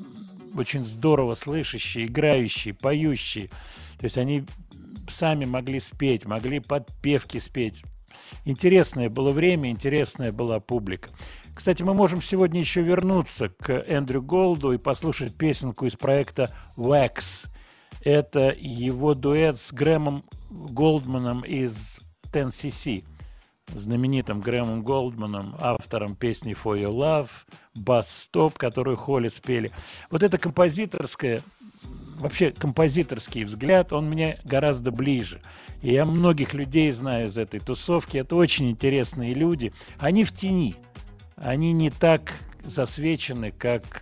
очень здорово слышащие, играющие, поющие. То есть они сами могли спеть, могли подпевки спеть. Интересное было время, интересная была публика. Кстати, мы можем сегодня еще вернуться к Эндрю Голду и послушать песенку из проекта Wax. Это его дуэт с Грэмом Голдманом из ten си си, знаменитым Грэмом Голдманом, автором песни For Your Love, Bus Stop, которую Холли спели. Вот это композиторское, вообще композиторский взгляд, он мне гораздо ближе. И я многих людей знаю из этой тусовки. Это очень интересные люди. Они в тени. Они не так засвечены, как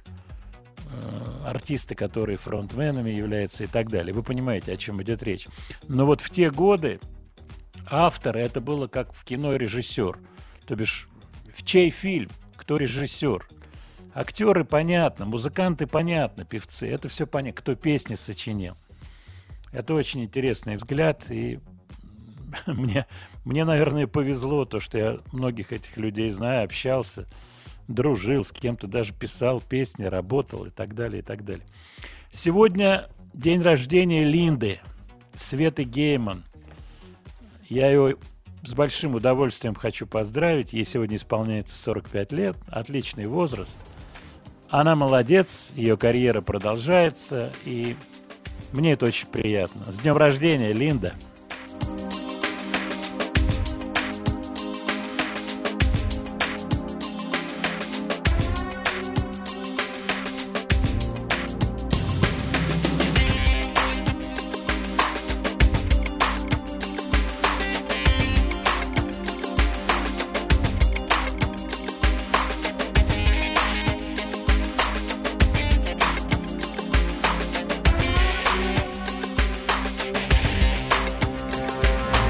э, артисты, которые фронтменами являются и так далее. Вы понимаете, о чем идет речь. Но вот в те годы автор, это было как в кино режиссер. То бишь, в чей фильм, кто режиссер. Актеры понятно, музыканты понятно, певцы. Это все понятно, кто песни сочинил. Это очень интересный взгляд, и мне, мне, наверное, повезло то, что я многих этих людей знаю, общался, дружил с кем-то, даже писал песни, работал и так далее, и так далее. Сегодня день рождения Линды, Светы Гейман. Я ее с большим удовольствием хочу поздравить. Ей сегодня исполняется сорок пять лет, отличный возраст. Она молодец, ее карьера продолжается, и мне это очень приятно. С днем рождения, Линда! Thank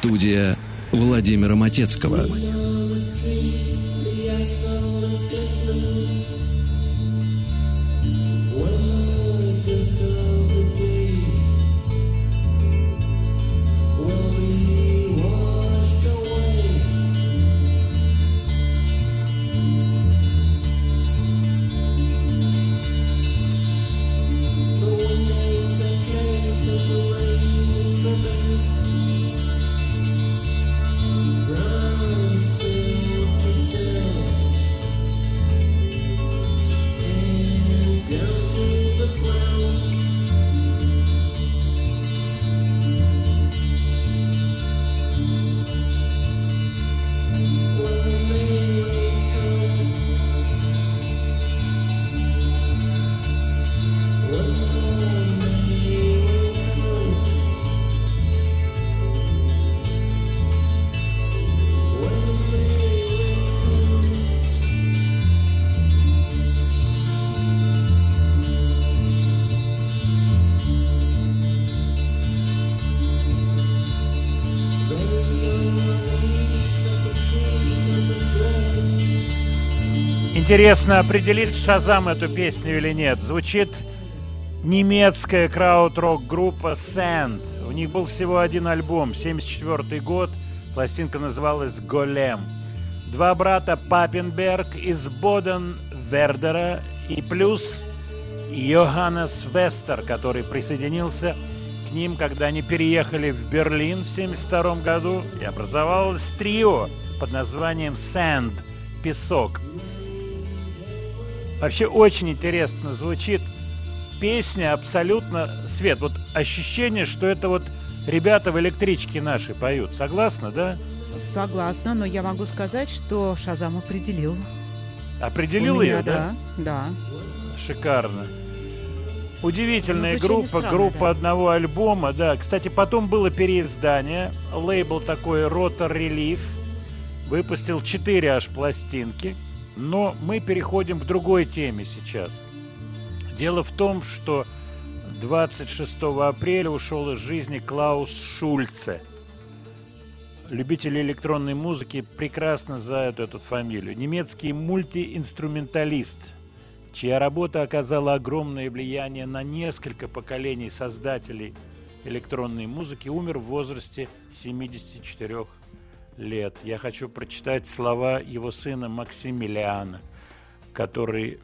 Студия Владимира Матецкого. Интересно, определит Шазам эту песню или нет. Звучит немецкая крауд-рок группа Sand. У них был всего один альбом, семьдесят четвёртый год. Пластинка называлась «Голем». Два брата Паппенберг из Боден-Вердера и плюс Йоханнес Вестер, который присоединился к ним, когда они переехали в Берлин в семьдесят втором году, и образовалось трио под названием Sand – «Песок». Вообще очень интересно звучит песня, абсолютно, Свет, вот ощущение, что это вот ребята в электричке наши поют. Согласна, да? Согласна, но я могу сказать, что Шазам определил. Определил У меня, ее, да? Да, да. Шикарно. Удивительная Ну, звучание группа, странное, группа да. одного альбома, да. Кстати, потом было переиздание, лейбл такой Rotor Relief выпустил четыре аж пластинки. Но мы переходим к другой теме сейчас. Дело в том, что двадцать шестого апреля ушел из жизни Клаус Шульце. Любители электронной музыки прекрасно знают эту фамилию. Немецкий мультиинструменталист, чья работа оказала огромное влияние на несколько поколений создателей электронной музыки, умер в возрасте семидесяти четырёх лет. Я хочу прочитать слова его сына Максимилиана, который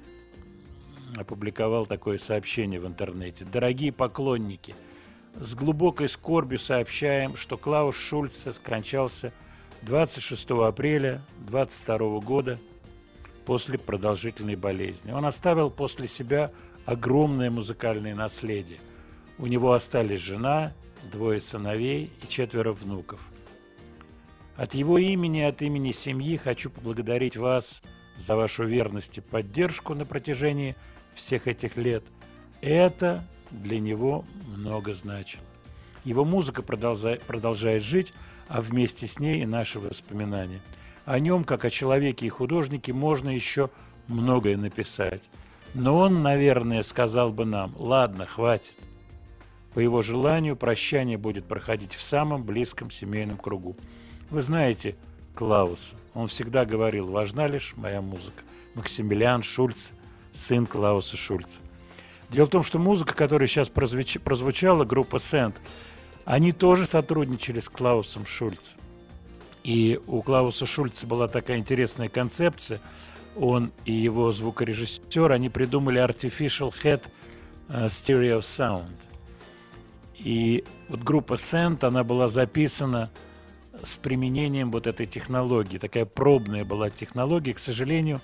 опубликовал такое сообщение в интернете. Дорогие поклонники, с глубокой скорбью сообщаем, что Клаус Шульце скончался двадцать шестого апреля двадцать второго года после продолжительной болезни. Он оставил после себя огромное музыкальное наследие. У него остались жена, двое сыновей и четверо внуков. От его имени и от имени семьи хочу поблагодарить вас за вашу верность и поддержку на протяжении всех этих лет. Это для него много значило. Его музыка продолжает, продолжает жить, а вместе с ней и наши воспоминания. О нем, как о человеке и художнике, можно еще многое написать. Но он, наверное, сказал бы нам: ладно, хватит. По его желанию прощание будет проходить в самом близком семейном кругу. Вы знаете Клауса. Он всегда говорил: важна лишь моя музыка. Максимилиан Шульце, сын Клауса Шульца. Дело в том, что музыка, которая сейчас прозвуч... прозвучала, группа Sand, они тоже сотрудничали с Клаусом Шульце. И у Клауса Шульца была такая интересная концепция. Он и его звукорежиссер, они придумали Artificial Head Stereo Sound. И вот группа Sand, она была записана с применением вот этой технологии. Такая пробная была технология. К сожалению,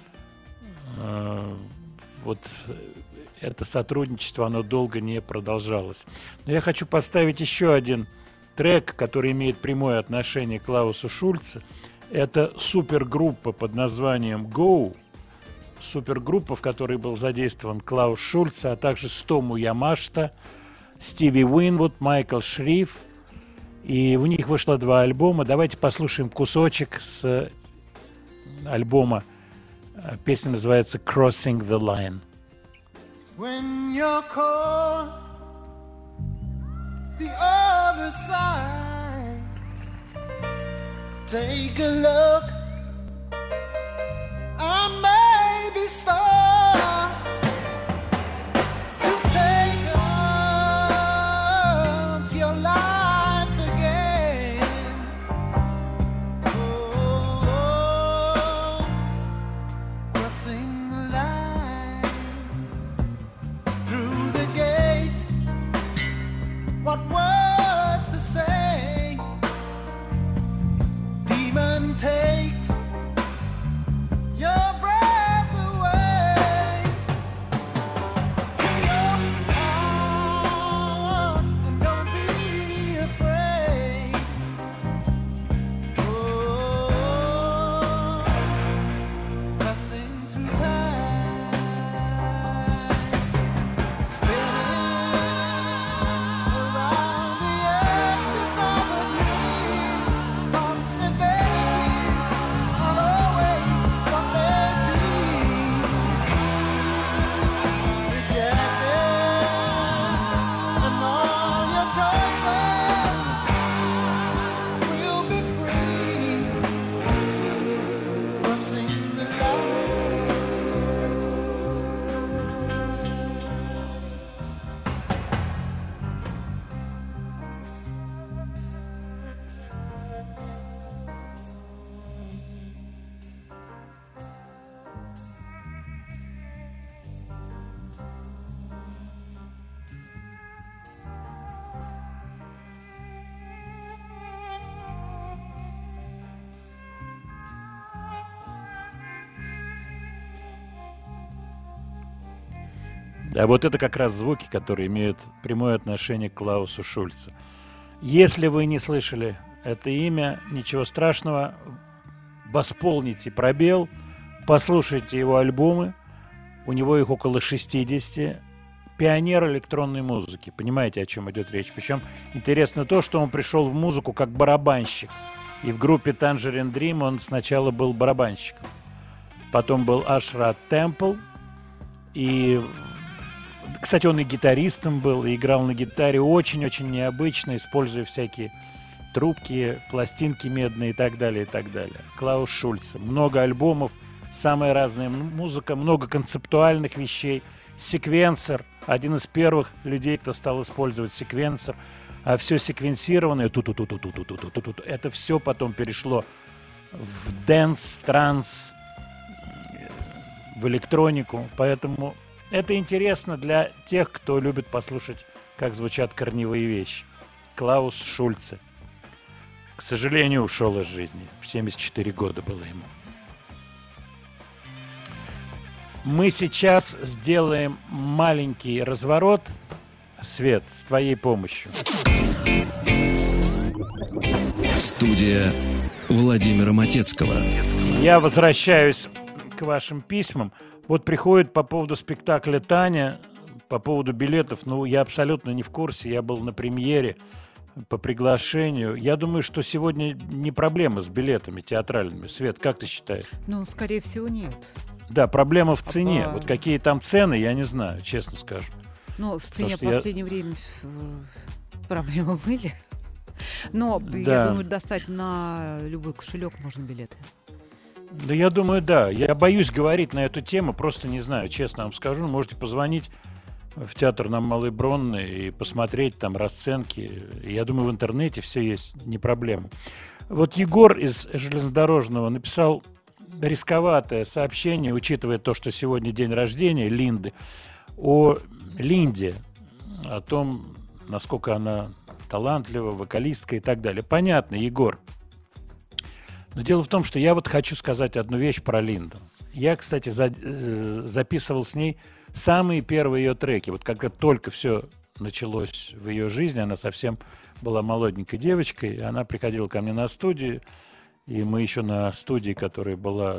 э, вот это сотрудничество, оно долго не продолжалось. Но я хочу поставить еще один трек, который имеет прямое отношение к Клаусу Шульце. Это супергруппа под названием Go. Супергруппа, в которой был задействован Клаус Шульце, а также Стому Ямашта, Стиви Уинвуд, Майкл Шриф. И у них вышло два альбома. Давайте послушаем кусочек с альбома. Песня называется «Crossing the Line». When you're caught the other side, take a look and maybe start to take up your life again. Oh, crossing the line through the gate. What words to say? Demon takes your breath away. Be your heart and don't be afraid. Oh, passing through time, spinning around the axis of a dream. Possibility not always what they seem. Rejected, and all your choices will be free. Crossing the line. Да, вот это как раз звуки, которые имеют прямое отношение к Клаусу Шульце. Если вы не слышали это имя, ничего страшного, восполните пробел, послушайте его альбомы, у него их около шестидесяти, пионер электронной музыки, понимаете, о чем идет речь. Причем интересно то, что он пришел в музыку как барабанщик, и в группе Tangerine Dream он сначала был барабанщиком, потом был Ашрат Темпл, и... Кстати, он и гитаристом был, и играл на гитаре очень-очень необычно, используя всякие трубки, пластинки медные и так далее, и так далее. Клаус Шульце. Много альбомов, самая разная музыка, много концептуальных вещей. Секвенсор. Один из первых людей, кто стал использовать секвенсор. А все секвенсированное, ту-ту-ту-ту-ту-ту-ту-ту, это все потом перешло в дэнс, транс, в электронику. Поэтому... это интересно для тех, кто любит послушать, как звучат корневые вещи. Клаус Шульце. К сожалению, ушел из жизни. В семьдесят четыре года было ему. Мы сейчас сделаем маленький разворот. Свет, с твоей помощью. Студия Владимира Матецкого. Я возвращаюсь к вашим письмам. Вот приходит по поводу спектакля «Таня», по поводу билетов. Ну, я абсолютно не в курсе. Я был на премьере по приглашению. Я думаю, что сегодня не проблема с билетами театральными. Свет, как ты считаешь? Ну, скорее всего, нет. Да, проблема в цене. А по- Вот какие там цены, я не знаю, честно скажу. Ну, в цене в что я- последнее время э, проблемы были. Но, Да. я думаю, достать на любой кошелек можно билеты. Да я думаю, да. Я боюсь говорить на эту тему, просто не знаю, честно вам скажу. Можете позвонить в театр на Малой Бронной и посмотреть там расценки. Я думаю, в интернете все есть, не проблема. Вот Егор из Железнодорожного написал рисковатое сообщение, учитывая то, что сегодня день рождения Линды, о Линде, о том, насколько она талантлива, вокалистка и так далее. Понятно, Егор. Но дело в том, что я вот хочу сказать одну вещь про Линду. Я, кстати, за, э, записывал с ней самые первые ее треки. Вот когда только все началось в ее жизни, она совсем была молоденькой девочкой, она приходила ко мне на студию, и мы еще на студии, которая была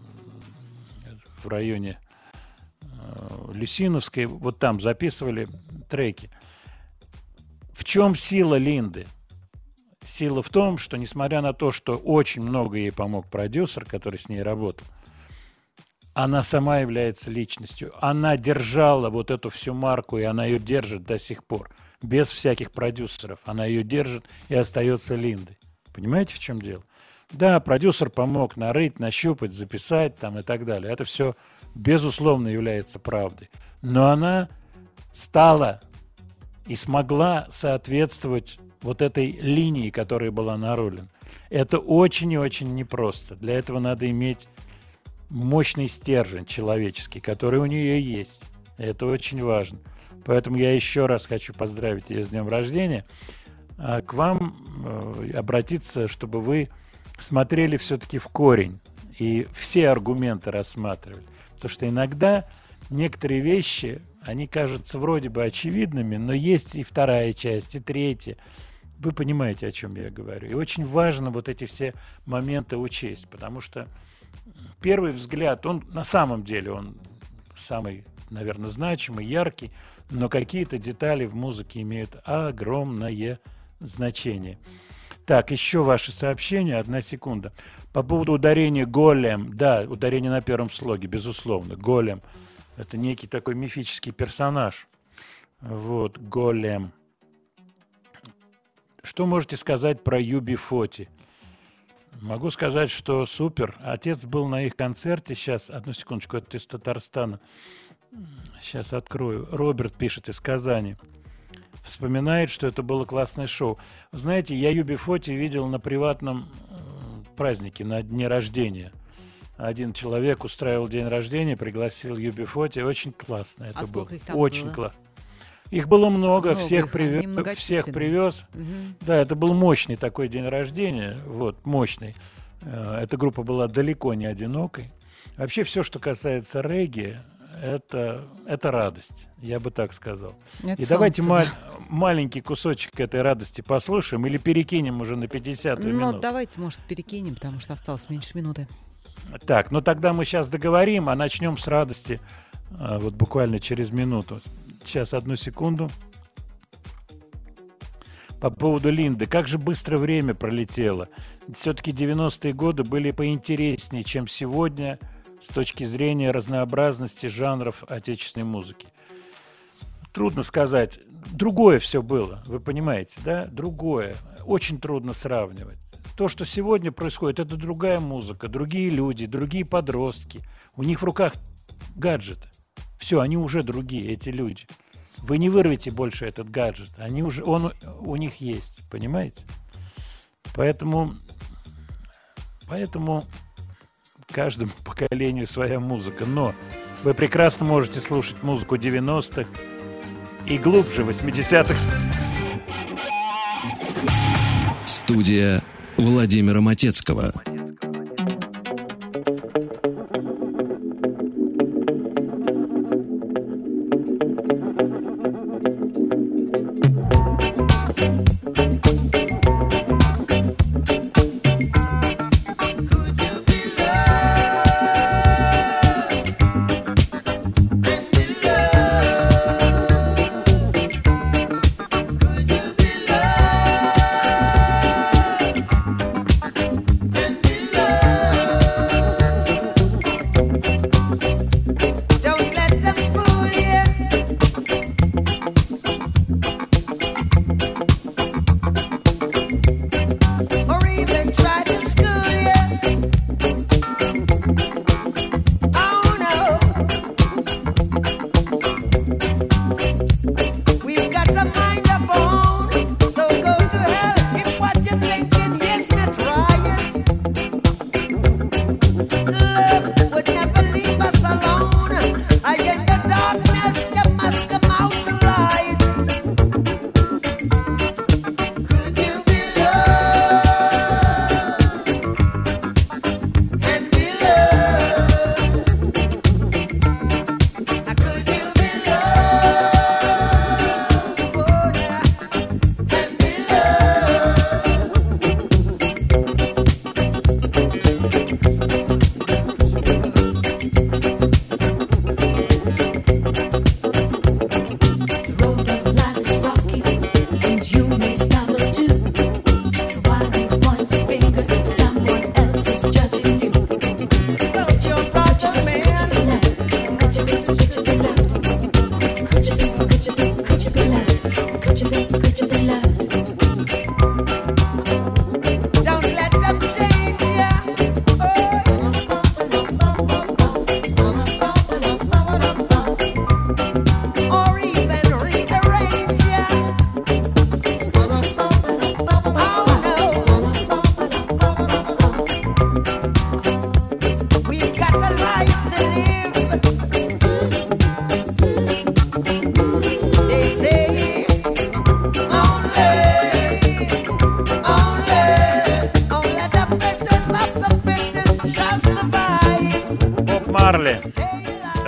в районе э, Люсиновской, вот там записывали треки. В чем сила Линды? Сила в том, что, несмотря на то, что очень много ей помог продюсер, который с ней работал, она сама является личностью. Она держала вот эту всю марку, и она ее держит до сих пор. Без всяких продюсеров. Она ее держит и остается Линдой. Понимаете, в чем дело? Да, продюсер помог нарыть, нащупать, записать там и так далее. Это все, безусловно, является правдой. Но она стала и смогла соответствовать вот этой линии, которая была нарулена. Это очень и очень непросто. Для этого надо иметь мощный стержень человеческий, который у нее есть. Это очень важно. Поэтому я еще раз хочу поздравить ее с днем рождения. А к вам э, обратиться, чтобы вы смотрели все-таки в корень и все аргументы рассматривали. Потому что иногда некоторые вещи, они кажутся вроде бы очевидными, но есть и вторая часть, и третья. Вы понимаете, о чем я говорю. И очень важно вот эти все моменты учесть, потому что первый взгляд, он на самом деле, он самый, наверное, значимый, яркий, но какие-то детали в музыке имеют огромное значение. Так, еще ваши сообщения, одна секунда. По поводу ударения голем, да, ударение на первом слоге, безусловно, голем. Это некий такой мифический персонаж. Вот, голем. Что можете сказать про ю би сорок? Могу сказать, что супер. Отец был на их концерте сейчас. Одну секундочку, это из Татарстана. Сейчас открою. Роберт пишет из Казани. Вспоминает, что это было классное шоу. Вы знаете, я ю би сорок видел на приватном празднике, на дне рождения. Один человек устраивал день рождения, пригласил ю би сорок. Очень классно это а было. Сколько их там Очень было? классно. Их было много, много всех, их, привез, всех привез. Угу. Да, это был мощный такой день рождения, вот, мощный. Эта группа была далеко не одинокой. Вообще все, что касается регги, это, это радость, я бы так сказал. Это И давайте солнце, ма- да. маленький кусочек этой радости послушаем или перекинем уже на пятидесятую Ну, минуту. давайте, может, перекинем, потому что осталось меньше минуты. Так, ну тогда мы сейчас договорим, а начнем с радости а, вот буквально через минуту. Сейчас, одну секунду. По поводу Линды. Как же быстро время пролетело. Все-таки девяностые годы были поинтереснее, чем сегодня с точки зрения разнообразности жанров отечественной музыки. Трудно сказать. Другое все было, вы понимаете, да? Другое. Очень трудно сравнивать. То, что сегодня происходит, это другая музыка, другие люди, другие подростки. У них в руках гаджеты. Все, они уже другие, эти люди. Вы не вырвете больше этот гаджет. Они уже, он у них есть, понимаете? Поэтому, поэтому каждому поколению своя музыка. Но вы прекрасно можете слушать музыку девяностых и глубже восьмидесятых. Студия Владимира Матецкого. Don't let them change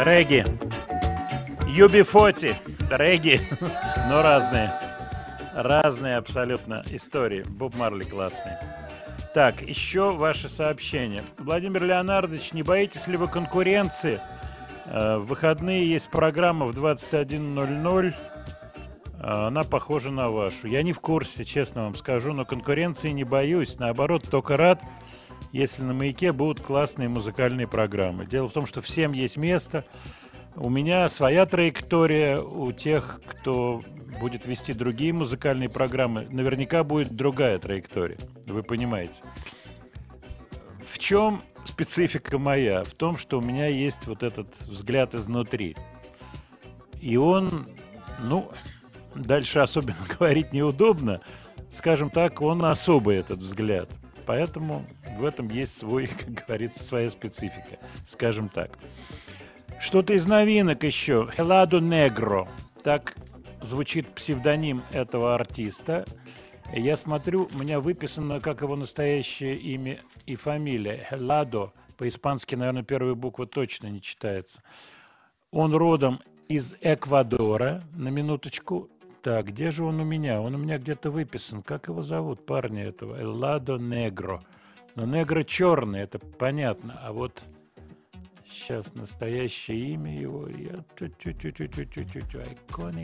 Регги. ю би сорок. Регги. Но разные. Разные абсолютно истории. Боб Марли классный. Так, еще ваши сообщения. Владимир Леонардович, не боитесь ли вы конкуренции? В выходные есть программа в двадцать один ноль ноль. Она похожа на вашу. Я не в курсе, честно вам скажу, но конкуренции не боюсь. Наоборот, только рад, если на «Маяке» будут классные музыкальные программы. Дело в том, что всем есть место. У меня своя траектория, у тех, кто будет вести другие музыкальные программы, наверняка будет другая траектория. Вы понимаете. В чем специфика моя? В том, что у меня есть вот этот взгляд изнутри. И он, ну, дальше особенно говорить неудобно. Скажем так, он особый, этот взгляд. Поэтому в этом есть свой, как говорится, своя специфика. Скажем так. Что-то из новинок еще. Helado Negro. Так звучит псевдоним этого артиста. Я смотрю, у меня выписано, как его настоящее имя и фамилия. Helado. По-испански, наверное, первая буква точно не читается. Он родом из Эквадора, на минуточку. Так, где же он у меня? Он у меня где-то выписан. Как его зовут, парня этого? Helado Negro. Но Негро черный, это понятно. А вот сейчас настоящее имя его. Я... Iconic.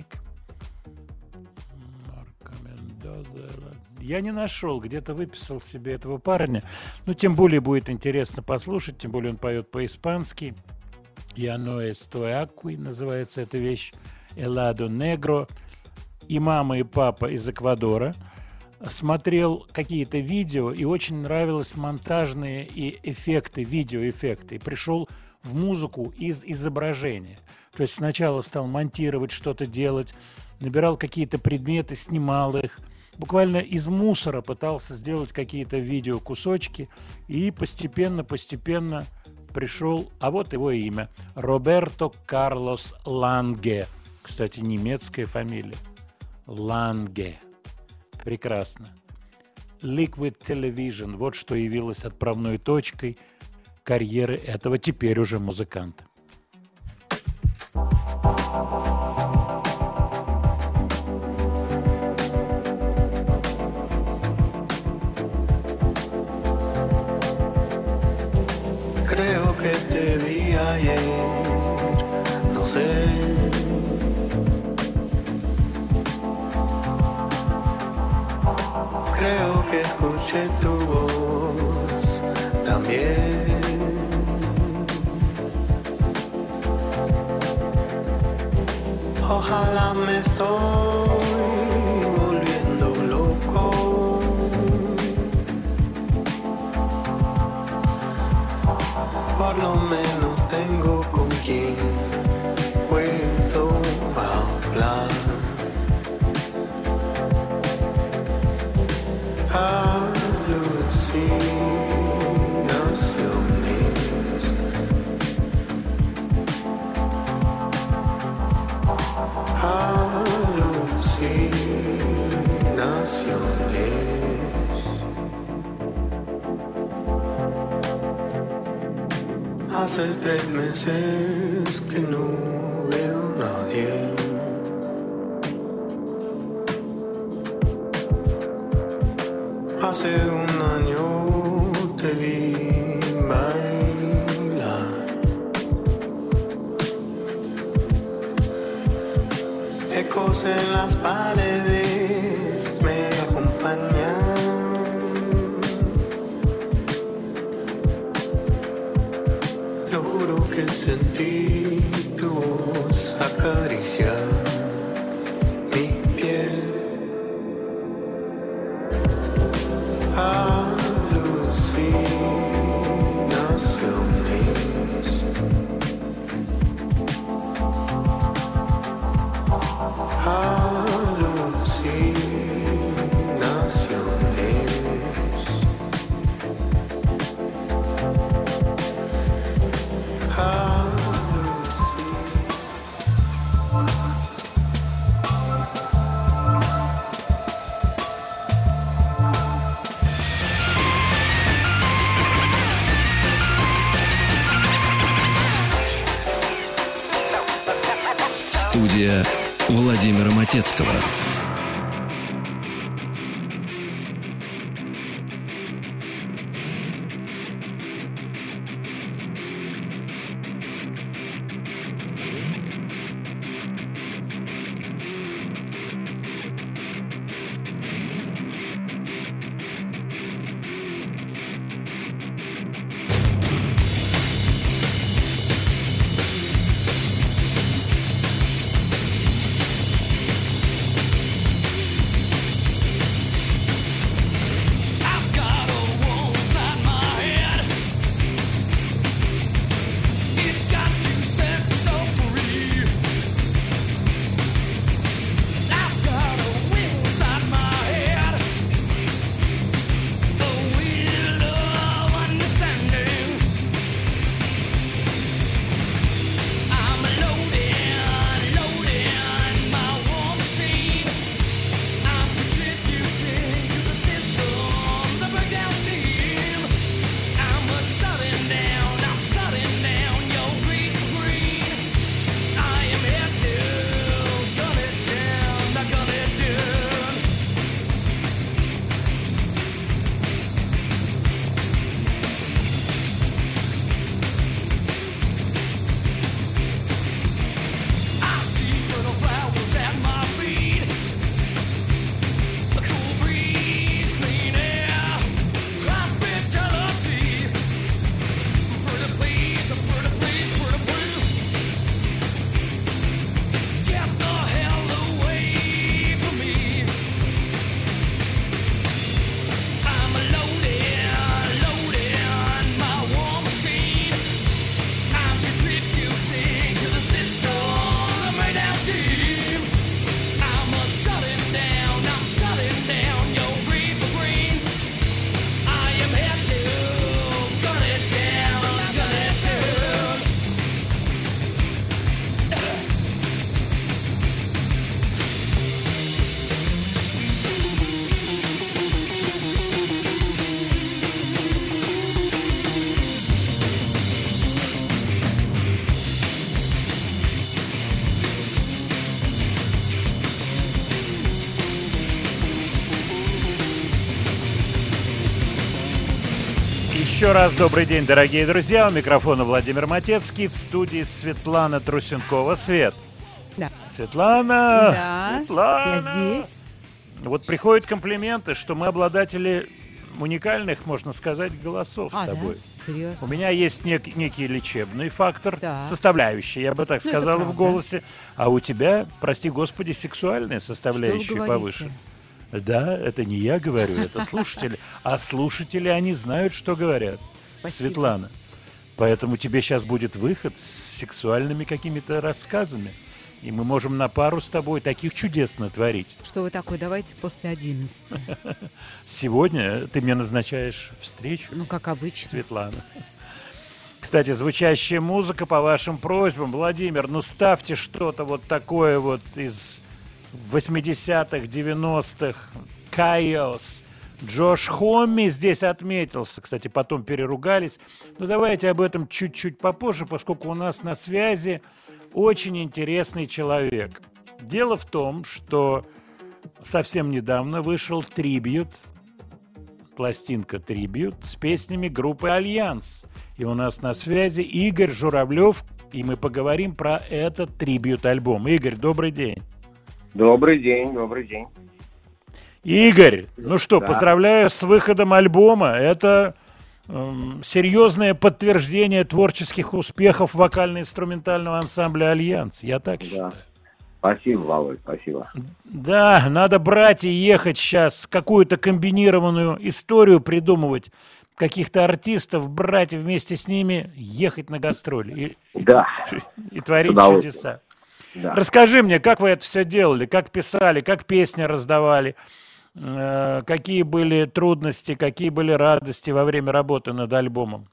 Марко Мендоза. Я не нашел, где-то выписал себе этого парня. Ну, тем более будет интересно послушать, тем более он поет по-испански. «Я no estoy aquí» называется эта вещь. «Helado Negro». И мама, и папа из Эквадора. Смотрел какие-то видео, и очень нравились монтажные и эффекты, видеоэффекты. И пришел в музыку из изображения. То есть сначала стал монтировать, что-то делать, набирал какие-то предметы, снимал их. Буквально из мусора пытался сделать какие-то видеокусочки. И постепенно-постепенно пришел, а вот его имя. Роберто Карлос Ланге. Кстати, немецкая фамилия. Ланге. Прекрасно. Liquid Television. Вот что явилось отправной точкой карьеры этого теперь уже музыканта. Creo que te vi ayer, no sé. Creo que escuché tu voz también. Ojalá me estoy volviendo loco. Por lo menos tengo con quien puedo hablar. Hace tres meses que no veo a nadie. Hace un año te vi bailar. Ecos en las paredes me acompañan. Lo juro que sentí tu voz acariciar mi piel. Alucinaciones. Alucinaciones. Студия Владимира Матецкого. Еще раз добрый день, дорогие друзья. У микрофона Владимир Матецкий, в студии Светлана Трусенкова. Свет. Да. Светлана. Да, Светлана. я здесь. Вот приходят комплименты, что мы обладатели уникальных, можно сказать, голосов А, с тобой. да? Серьезно? У меня есть нек- некий лечебный фактор, Да. составляющий, я бы так Ну, это сказала, в правда. голосе. А у тебя, прости господи, сексуальная составляющая Что вы говорите? повыше. Да, это не я говорю, это слушатели. А слушатели, они знают, что говорят. Спасибо. Светлана. Поэтому тебе сейчас будет выход с сексуальными какими-то рассказами. И мы можем на пару с тобой таких чудес натворить. Что вы такой, давайте после одиннадцати. Сегодня ты мне назначаешь встречу, Ну, как обычно. Светлана. Кстати, звучащая музыка по вашим просьбам. Владимир, ну ставьте что-то вот такое вот из восьмидесятых, девяностых. Кайос. Джош Хомми здесь отметился. Кстати, потом переругались. Ну, давайте об этом чуть-чуть попозже, поскольку у нас на связи очень интересный человек. Дело в том, что совсем недавно вышел трибьют, пластинка трибьют с песнями группы «Альянс». И у нас на связи Игорь Журавлев, и мы поговорим про этот трибьют-альбом. Игорь, добрый день. Добрый день, добрый день. Игорь, ну что, Да. поздравляю с выходом альбома. Это эм, серьезное подтверждение творческих успехов вокально-инструментального ансамбля «Альянс». Я так считаю. Спасибо, Володь, спасибо. Да, надо брать и ехать сейчас, какую-то комбинированную историю придумывать, каких-то артистов брать и вместе с ними ехать на гастроли и, Да. и, и творить Удовольствие. чудеса. Да. Расскажи мне, как вы это все делали, как писали, как песни раздавали, э, какие были трудности, какие были радости во время работы над альбомом?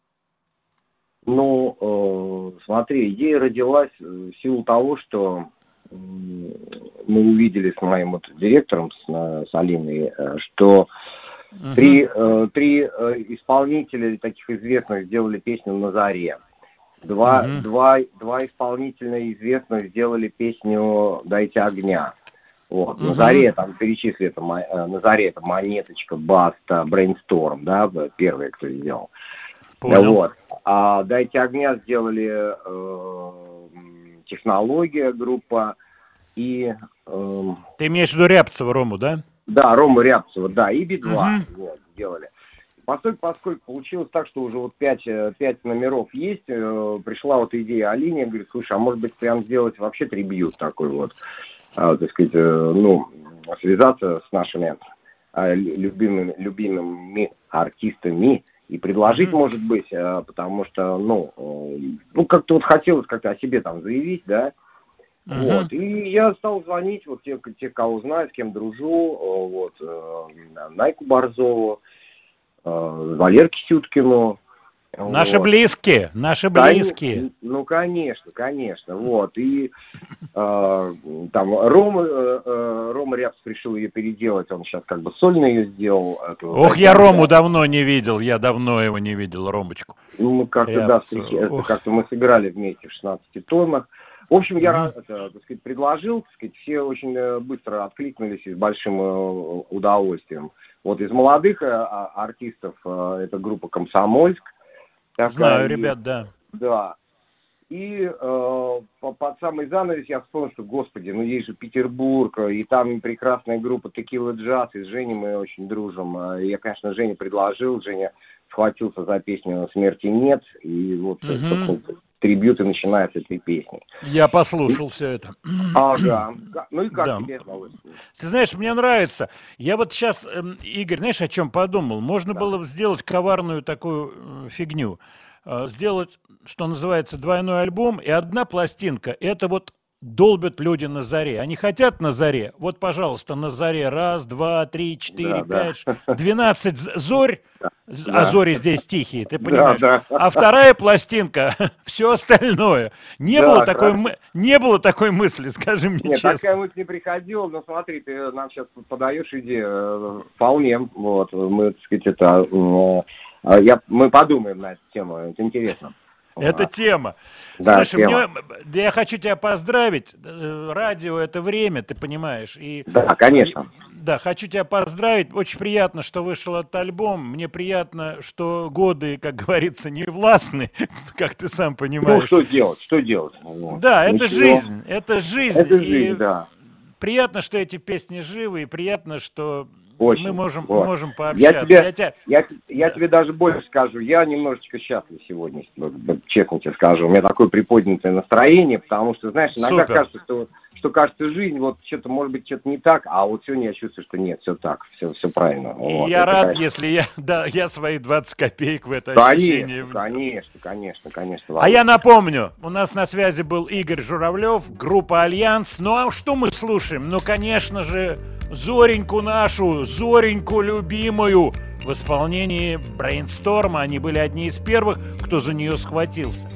Ну, э, смотри, идея родилась в силу того, что э, мы увидели с моим вот директором, с, э, с Алиной, э, что Мгм. три, э, три э, исполнителя таких известных сделали песню «На заре». Два, Мгм. два, два исполнительно известных сделали песню «Дайте огня». Вот. На Мгм. заре там перечислили, это, мо- э, на заре это Монеточка, Баста, Брейнсторм, да, б- первые, кто сделал. Понял. Вот. А «Дайте огня» сделали э, м, «Технология» группа и эм, Ты имеешь в виду Рябцева Рому, да? да, Рома Рябцева, да, и Би два Мгм. вот, сделали. Поскольку, поскольку получилось так, что уже вот пять, э, пять номеров есть, э, пришла вот идея Алине, говорит, слушай, а может быть прям сделать вообще трибьют такой вот, а, так сказать, э, ну, связаться с нашими э, лю- любимыми, любимыми артистами и предложить, Мгм. может быть, э, потому что, ну, э, ну, как-то вот хотелось как-то о себе там заявить, да. Мгм. Вот, и я стал звонить вот те, те, кого знаю, с кем дружу, э, вот, э, Найку Борзову, э, Валерке Сюткину. Наши вот. близкие, наши Кон- близкие. Ну, конечно, конечно, вот, и э, там Рома, э, э, Рома Рябцев решил ее переделать, он сейчас как бы сольно ее сделал. эту, Ох, я да, Рому давно не видел, я давно его не видел, Ромочку. Ну, мы как-то, да, Рябцева, встречи- это ох. как-то мы сыграли вместе в шестнадцати тоннах. В общем, я Мгм. рад, это, так сказать, предложил, так сказать, все очень э, быстро откликнулись и с большим э, удовольствием. Вот из молодых э, а- артистов э, это группа «Комсомольск». Такая Знаю, есть. ребят, да. Да. И э, по- под самый занавес я вспомнил, что, господи, ну есть же Петербург, э, и там прекрасная группа Текила Джаз, и с Женей мы очень дружим. Э, Я, конечно, Жене предложил, Женя схватился за песню «Смерти нет», и вот, э, Мгм. собственно, трибьют и начинается с этой песни. Я послушал все это. Ага. Ка- Ну и как Да. тебе, Володь? Ты знаешь, мне нравится. Я вот сейчас, эм, Игорь, знаешь, о чем подумал? Можно Да. было бы сделать коварную такую э, фигню. Э, сделать, что называется, двойной альбом, и одна пластинка. Это вот долбят люди на заре. Они хотят на заре. Вот, пожалуйста, на заре. Раз, два, три, четыре, Да, да. пять, ш- двенадцать з- зорь. З- Да. А зори здесь тихие, ты Да, понимаешь? да. А вторая пластинка, все остальное. Не, Да, было такой, хорошо. мы- не было такой мысли, скажи мне Нет, честно. такая мысль не приходила, но смотри, ты нам сейчас подаешь идею, э, вполне, вот, мы, так сказать, это, м, э, я, мы подумаем на эту тему, это интересно. Это Вот. тема. Да, Слушай, тема. мне, да я хочу тебя поздравить. Э, Радио — это время, ты понимаешь. И, Да, конечно. и- да, хочу тебя поздравить. Очень приятно, что вышел этот альбом. Мне приятно, что годы, как говорится, не властны, как ты сам Ну, понимаешь. что делать, что делать? Вот. Да, это Ничего. жизнь, это жизнь. Это И жизнь, да. приятно, что эти песни живы, и приятно, что Очень. мы можем, Вот. можем Я пообщаться. тебе, Я тебя- я, я Да. тебе даже больше скажу, я немножечко счастлив сегодня, вот, вот, честно тебе скажу. У меня такое приподнятое настроение, потому что, знаешь, иногда Супер. кажется, что, что кажется жизнь, вот что-то, может быть, что-то не так, а вот сегодня я чувствую, что нет, все так, все, все правильно. И Вот, я это, рад, конечно. если я, да, я свои двадцать копеек в это ощущение Конечно, внес. конечно, конечно, конечно. А Володя. я напомню, у нас на связи был Игорь Журавлев, группа «Альянс». Ну а что мы слушаем? Ну, конечно же, Зореньку нашу, Зореньку любимую в исполнении Брейнсторма. Они были одни из первых, кто за нее схватился.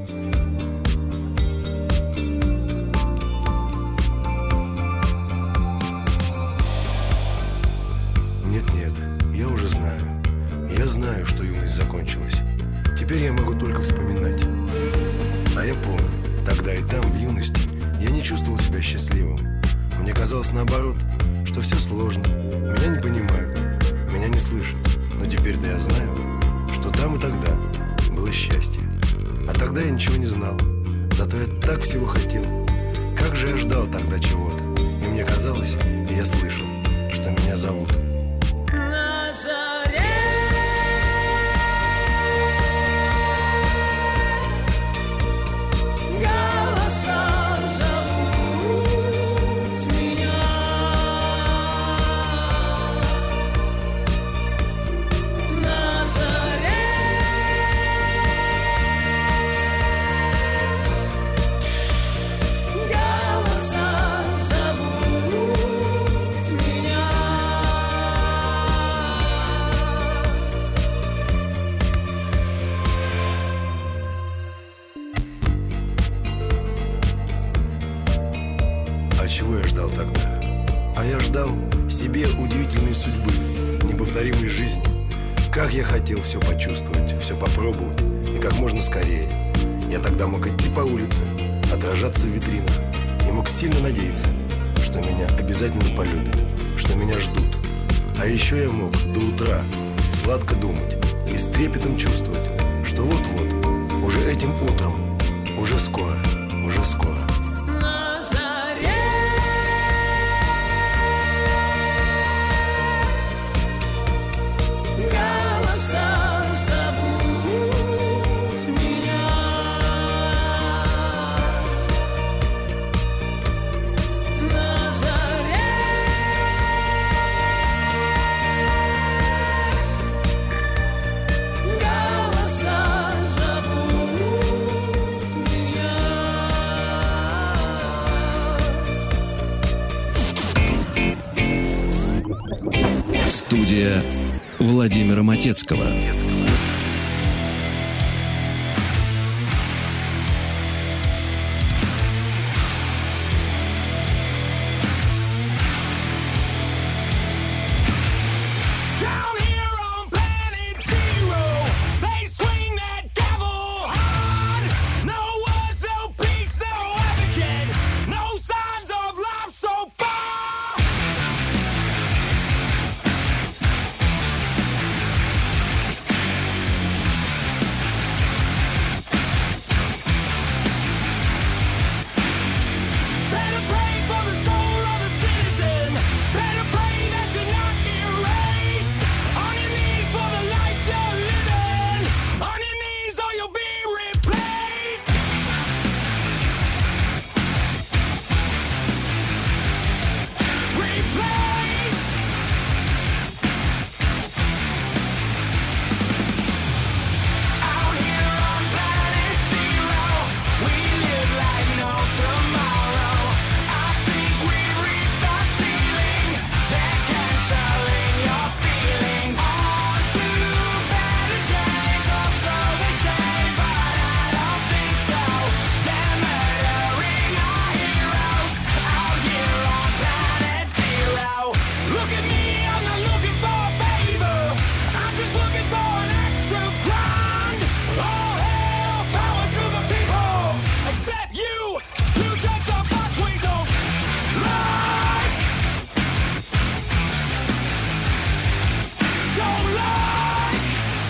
Нет-нет, я уже знаю. Я знаю, что юность закончилась. Теперь я могу только вспоминать. А я помню, тогда и там, в юности, я не чувствовал себя счастливым. Мне казалось наоборот, что все сложно. Меня не понимают, меня не слышат. Но теперь-то я знаю, что там и тогда было счастье. А тогда я ничего не знал. Зато я так всего хотел. Как же я ждал тогда чего-то. И мне казалось, и я слышал, что меня зовут. На заре голоса зовут меня. На заре голоса зовут меня. А чего я ждал тогда? А я ждал себе удивительной судьбы, неповторимой жизни. Как я хотел все почувствовать, все попробовать, и как можно скорее. Я тогда мог идти по улице, отражаться в витринах и мог сильно надеяться, что меня обязательно полюбят, что меня ждут. А еще я мог до утра сладко думать и с трепетом чувствовать, что вот-вот, уже этим утром, уже скоро, уже скоро. На заре голоса зовут меня. На заре голоса зовут меня. Студия Владимира Матецкого. Down here on planet zero, they swing that gavel hard. No words, no peace, no advocate, no signs of life so far. Better pray for the soul of the citizen. Better pray that you're not erased. On your knees for the life you're living. On your knees or you'll be replaced. Replaced. Out here on planet zero, we live like no tomorrow. I think we've reached our ceiling. They're canceling your feelings. On to better days, or so they say, but I don't think so. They're murdering our heroes. Out here on planet zero. Look at me, I'm not looking for a favor. I'm just looking for an extra grind. All hail, power to the people. Except you, you take the parts we don't like. Don't like.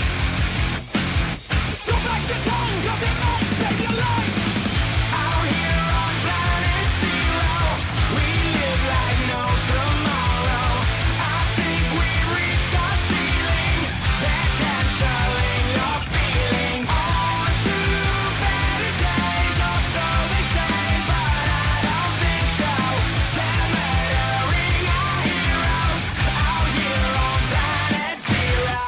So bite your tongue, 'cause it might save your life. Out here on planet zero, we live like no tomorrow. I think we've reached our ceiling. They're canceling your feelings. On to better days, or so they say, but I don't think so. They're murdering our heroes. Out here on planet zero.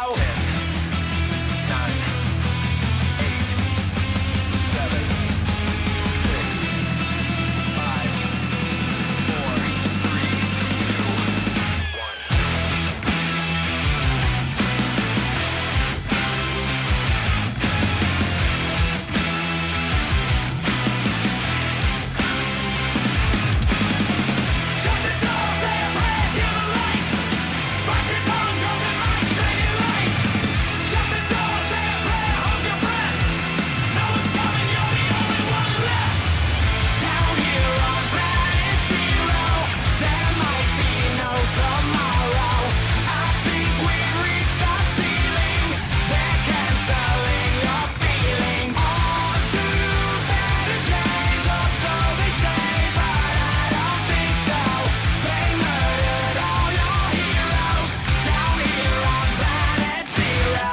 Shut the door, say a prayer, kill the lights. Bite your tongue, 'cause it might save your life. Shut the door, say a prayer, hold your breath. No one's coming, you're the only one left. Down here on planet zero, there might be no tomorrow. I think we've reached our ceiling. They're canceling your feelings. On to better days, or so they say, but I don't think so. They murdered all your heroes. Down here on planet zero.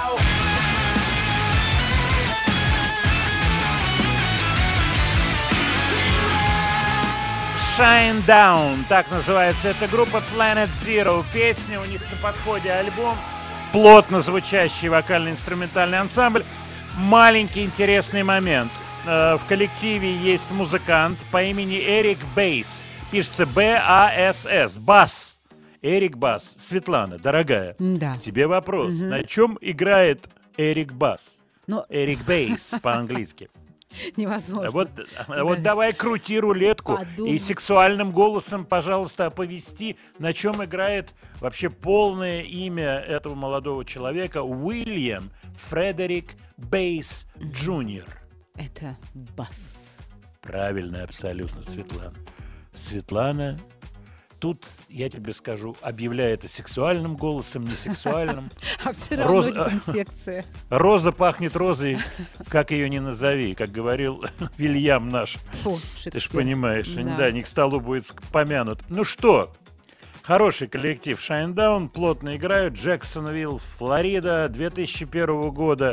Shine Down, так называется эта группа Planet Zero. Песня, у них на подходе альбом, плотно звучащий вокально-инструментальный ансамбль. Маленький интересный момент. Э, В коллективе есть музыкант по имени Эрик Бейс. Пишется Б А С С. Бас. Эрик Бас. Светлана, дорогая, Да. к тебе вопрос. Мгм. На чем играет Эрик Бас? Ну, Эрик Бейс по-английски. невозможно. Вот, вот давай крути рулетку Подумай. и сексуальным голосом, пожалуйста, оповести, на чем играет вообще полное имя этого молодого человека. Уильям Фредерик Бейс Джуниор. Это бас. Правильно, абсолютно, Светлана. Светлана, тут, я тебе скажу, объявляю это сексуальным голосом, не сексуальным. А все равно Роза- секция. Роза пахнет розой, как ее не назови, как говорил Вильям наш. Фу, Ты ж Шекспир. понимаешь, Да. да, не к столу будет ск- помянут. Ну что, хороший коллектив Shinedown, плотно играют. Джексонвилл, Флорида, две тысячи первого года.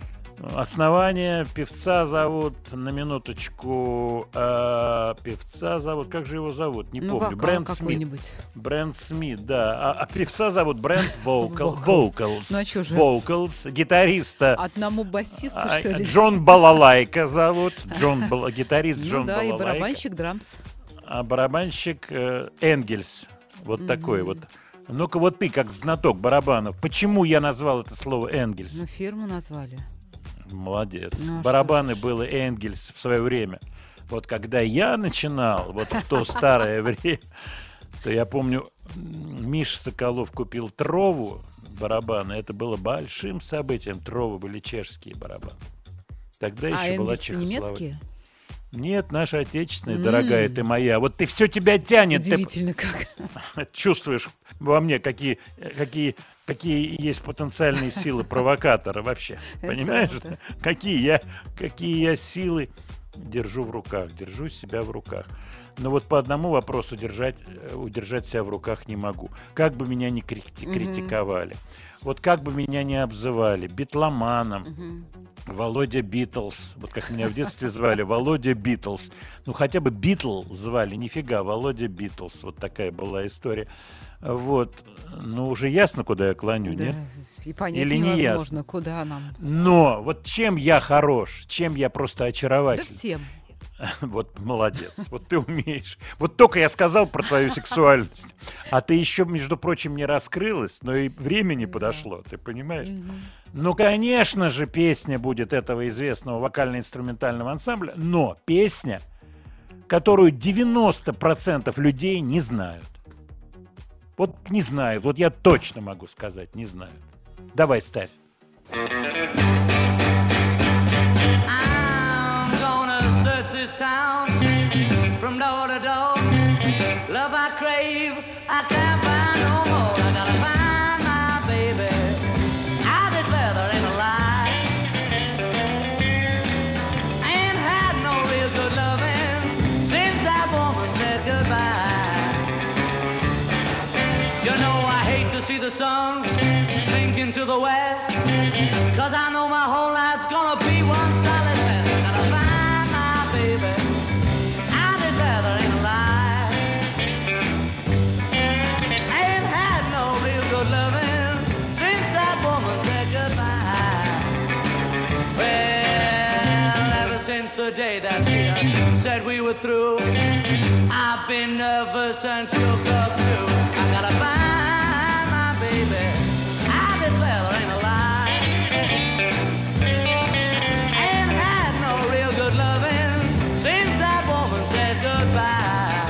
Основание, певца зовут, на минуточку, а, певца зовут, как же его зовут, не Ну, помню, вокал Брэнд Смит. какой-нибудь. Брэнд Смит, да, а, а певца зовут Брэнд Вокал, Вокал. Vocals, Ну, а чё же? Vocals, гитариста Одному басисту, а, что ли? Джон Балалайка зовут, Джон Бала- гитарист Ну Джон да, и Балалайка. барабанщик драмс. А барабанщик э, Энгельс. Вот Мгм. такой вот. Ну-ка вот ты, как знаток барабанов, почему я назвал это слово Энгельс? Ну, фирму назвали. Молодец. Ну, а Барабаны что ж. было Энгельс в свое время. Вот когда я начинал, вот в то старое время, то я помню, м, Миша Соколов купил Трову барабаны. Это было большим событием. Тровы были чешские барабаны. Тогда А еще была Энгельсы Чехословакия. немецкие? Нет, наша отечественная, М. дорогая ты моя. Вот ты все тебя тянет. ты Удивительно как. чувствуешь во мне, какие, какие, какие есть потенциальные силы провокатора вообще. Это Понимаешь? правда. Какие я, какие я силы держу в руках, держу себя в руках. Но вот по одному вопросу держать, э, удержать себя в руках не могу. Как бы меня ни крити- Мгм. критиковали, вот как бы меня ни обзывали, битломаном, Мгм. Володя Битлз, вот как меня в детстве звали, Володя Битлз. Ну, хотя бы Битл звали, нифига, Володя Битлз. Вот такая была история. Вот. Ну, уже ясно, куда я клоню, Да, нет? и понять Или не невозможно, ясно? куда нам. Но вот чем я хорош, чем я просто Да очаровательный. всем. Вот молодец, вот ты умеешь. Вот только я сказал про твою сексуальность, а ты еще, между прочим, не раскрылась, но и время не подошло, ты понимаешь? Ну, конечно же, песня будет этого известного вокально-инструментального ансамбля, но песня, которую девяносто процентов людей не знают. Вот не знают, вот я точно могу сказать, не знают. Давай, ставь. I'm gonna search this town from door to door. Love I crave, I can't find no more. I gotta find my baby. I declare there ain't a lie. I ain't had no real good loving since that woman said goodbye. You know I hate to see the sun sink into the west, 'cause I know my whole life's gonna be one solid mess. I gotta find my baby. I declare there ain't a lie. I ain't had no real good loving since that woman said goodbye. Well, ever since the day that she said we were through, I've been nervous and shook up too. I gotta find my baby. I declare there ain't a lie. Ain't had no real good loving since that woman said goodbye.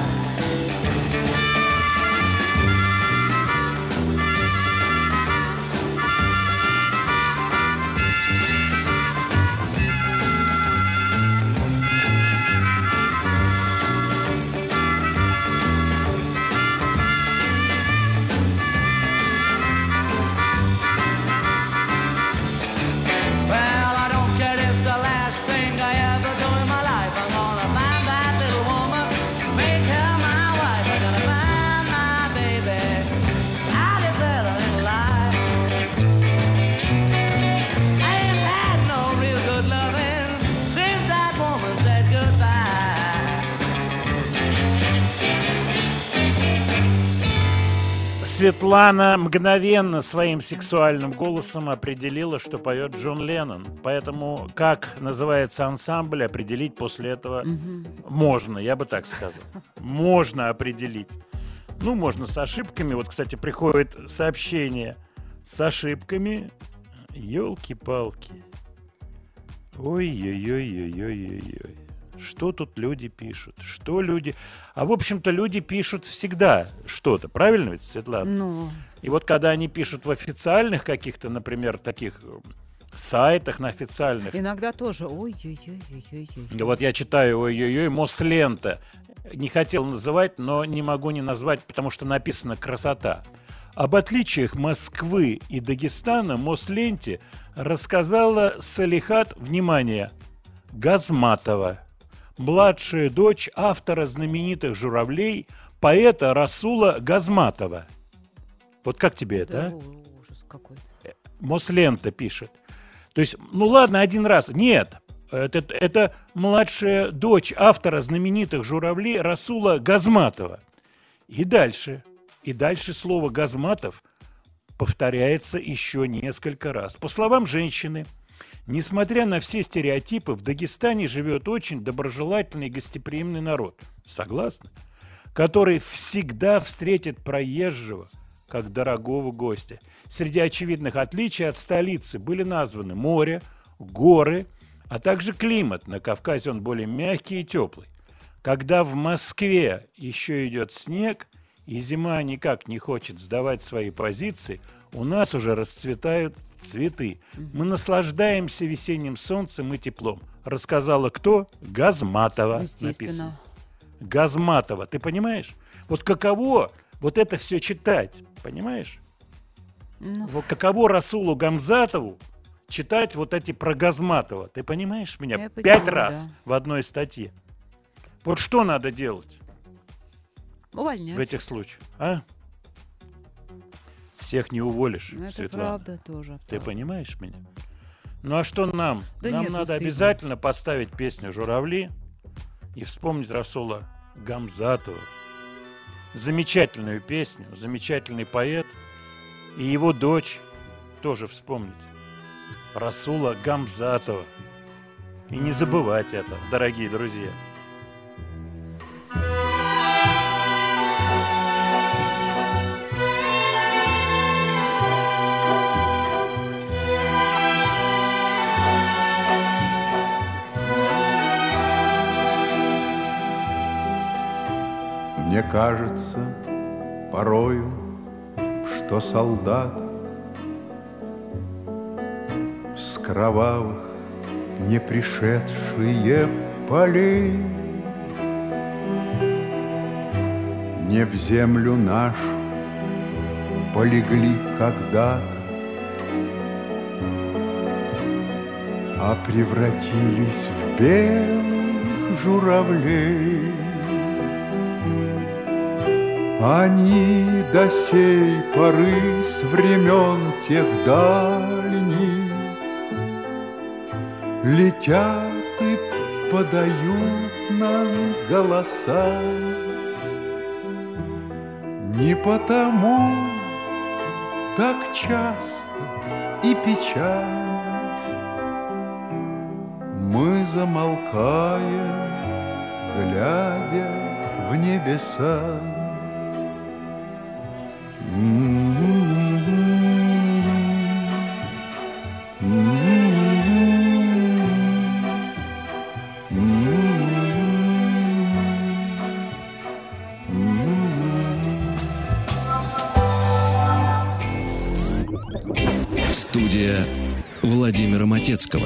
Well, I don't care if the last thing I ever do in my life, I'm gonna find that little woman, make her my wife. I gotta find my baby. I declare there ain't a lie. I ain't had no real good loving since that woman said goodbye. Светлана мгновенно своим сексуальным голосом определила, что поет Джон Леннон. Поэтому как называется ансамбль, определить после этого можно, я бы так сказал. Можно определить. Ну, можно с ошибками. Вот, кстати, приходит сообщение с ошибками. Ёлки-палки. Ой-ой-ой-ой-ой-ой-ой. Что тут люди пишут? Что люди... А, в общем-то, люди пишут всегда что-то. Правильно ведь, Светлана? Ну, И вот когда они пишут в официальных каких-то, например, таких сайтах, на официальных. Иногда тоже. Ой-ой-ой-ой-ой. Вот я читаю, ой-ой-ой, Мослента. Не хотел называть, но не могу не назвать, потому что написано «красота». Об отличиях Москвы и Дагестана Мосленте рассказала Салихат, внимание, Газматова, младшая дочь автора знаменитых «Журавлей», поэта Расула Газматова. Вот как тебе это, Да, а? ужас какой-то. Мослента пишет. То есть, ну ладно, один раз. Нет, это, это младшая дочь автора знаменитых «Журавлей» Расула Газматова. И дальше. И дальше слово «Газматов» повторяется еще несколько раз. По словам женщины, несмотря на все стереотипы, в Дагестане живет очень доброжелательный и гостеприимный народ. Согласны? Который всегда встретит проезжего как дорогого гостя. Среди очевидных отличий от столицы были названы море, горы, а также климат. На Кавказе он более мягкий и теплый. Когда в Москве еще идет снег, и зима никак не хочет сдавать свои позиции, у нас уже расцветают цветы. Мы наслаждаемся весенним солнцем и теплом. Рассказала кто? Газматова. Естественно. Написано. Газматова. Ты понимаешь? Вот каково вот это все читать, понимаешь? Ну, Вот каково Расулу Гамзатову читать вот эти про Газматова. Ты понимаешь меня? Я Пять понимаю, раз да. в одной статье. Вот что надо делать увольнять. в этих случаях, а? Всех не уволишь, Ну, это Светлана. правда тоже. Ты правда. понимаешь меня? Ну а что нам? Да нам нет, ну, надо стыдно. обязательно поставить песню «Журавли» и вспомнить Расула Гамзатова. Замечательную песню, замечательный поэт. И его дочь тоже вспомнить. Расула Гамзатова. И не забывать это, дорогие друзья. Мне кажется порою, что солдат с кровавых не пришедшие полей не в землю нашу полегли когда-то, а превратились в белых журавлей. Они до сей поры с времен тех дальних летят и подают нам голоса. Не потому так часто и печально мы замолкаем, глядя в небеса. Студия Владимира Матецкого.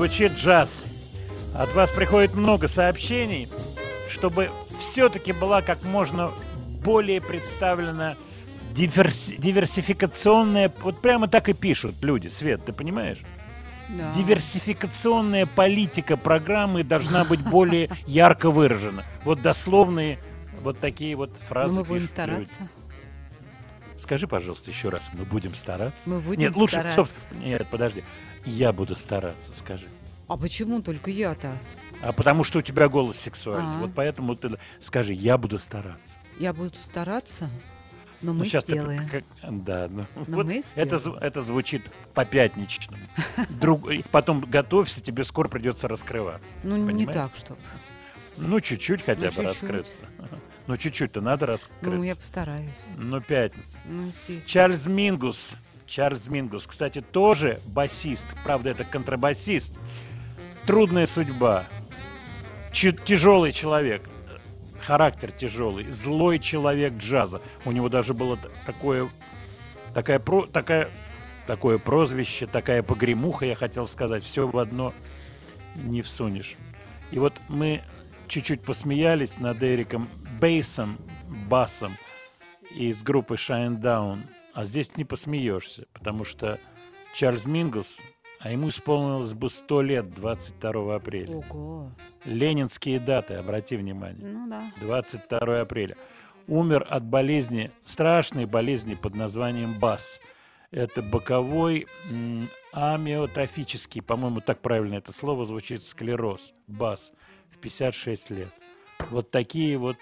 звучит джаз. От вас приходит много сообщений, чтобы все-таки была как можно более представлена диверси- диверсификационная... Вот прямо так и пишут люди. Свет, ты понимаешь? Да. Диверсификационная политика программы должна быть более ярко выражена. Вот дословные вот такие вот фразы. Ну, мы будем пишут стараться. люди. Скажи, пожалуйста, еще раз. Мы будем стараться? Мы будем Нет, лучше, стараться. стоп, нет, подожди. Я буду стараться, скажи. А почему только я-то? А потому что у тебя голос сексуальный. А. Вот поэтому ты скажи, я буду стараться. Я буду стараться, но Ну, мы щас ты сделаем. как- да, ну, Но вот мы это, сделаем. зв- это звучит по-пятничному. Друг- и потом готовься, тебе скоро придется раскрываться. Ну, не Понимаешь? так, чтоб. Ну, чуть-чуть хотя Ну, бы чуть-чуть. раскрыться. Ну, чуть-чуть-то надо раскрыться. Ну, я постараюсь. Ну, пятница. Ну, естественно. Чарльз Мингус. Чарльз Мингус, кстати, тоже басист. Правда, это контрабасист. Трудная судьба. Ч- тяжелый человек. Характер тяжелый. Злой человек джаза. У него даже было т- такое, такая, про, такая, такое прозвище, такая погремуха, я хотел сказать. Все в одно не всунешь. И вот мы чуть-чуть посмеялись над Эриком Бейсом, басом из группы Shinedown. А здесь не посмеешься, потому что Чарльз Мингус, а ему исполнилось бы сто лет двадцать второго апреля. Ого. Ленинские даты, обрати внимание. Ну да. двадцать второго апреля. Умер от болезни, страшной болезни под названием БАС. Это боковой м, амиотрофический, по-моему, так правильно это слово звучит, склероз. БАС. В пятьдесят шесть лет. Вот такие вот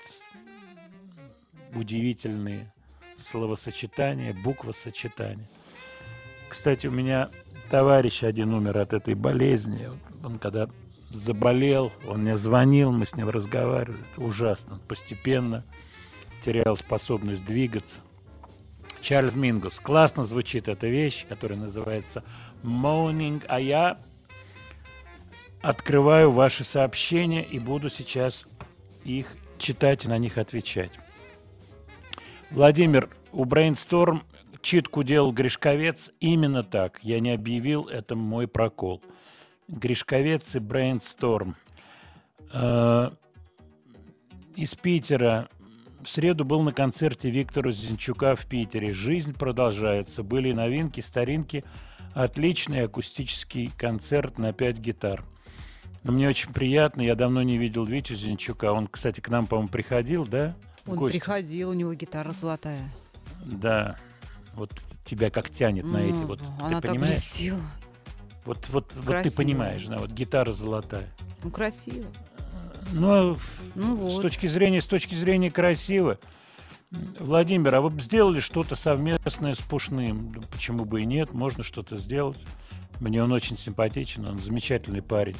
удивительные словосочетания, буквосочетания. Кстати, у меня товарищ один умер от этой болезни. Он когда заболел, он мне звонил, мы с ним разговаривали. Это ужасно. Он постепенно терял способность двигаться. Чарльз Мингус. Классно звучит эта вещь, которая называется «Moaning», а я открываю ваши сообщения и буду сейчас их читать и на них отвечать. Владимир, у Brainstorm читку делал Гришковец. Именно так. Я не объявил, это мой прокол. Гришковец и Brainstorm. Э, Из Питера. В среду был на концерте Виктора Зинчука в Питере. Жизнь продолжается. Были новинки, старинки. Отличный акустический концерт на пять гитар. Но мне очень приятно. Я давно не видел Витю Зинчука. Он, кстати, к нам, по-моему, приходил, да? В Он гости? приходил, у него гитара золотая. Да. Вот тебя как тянет на эти Ну, вот. она Ты так понимаешь? блестела. Вот, вот, вот ты Красиво. понимаешь, да, вот гитара золотая. Ну, красиво. Ну, Ну с вот. точки зрения, с точки зрения красиво. Владимир, а вы бы сделали что-то совместное с Пушным? Да почему бы и нет? Можно что-то сделать. Мне он очень симпатичен, он замечательный парень.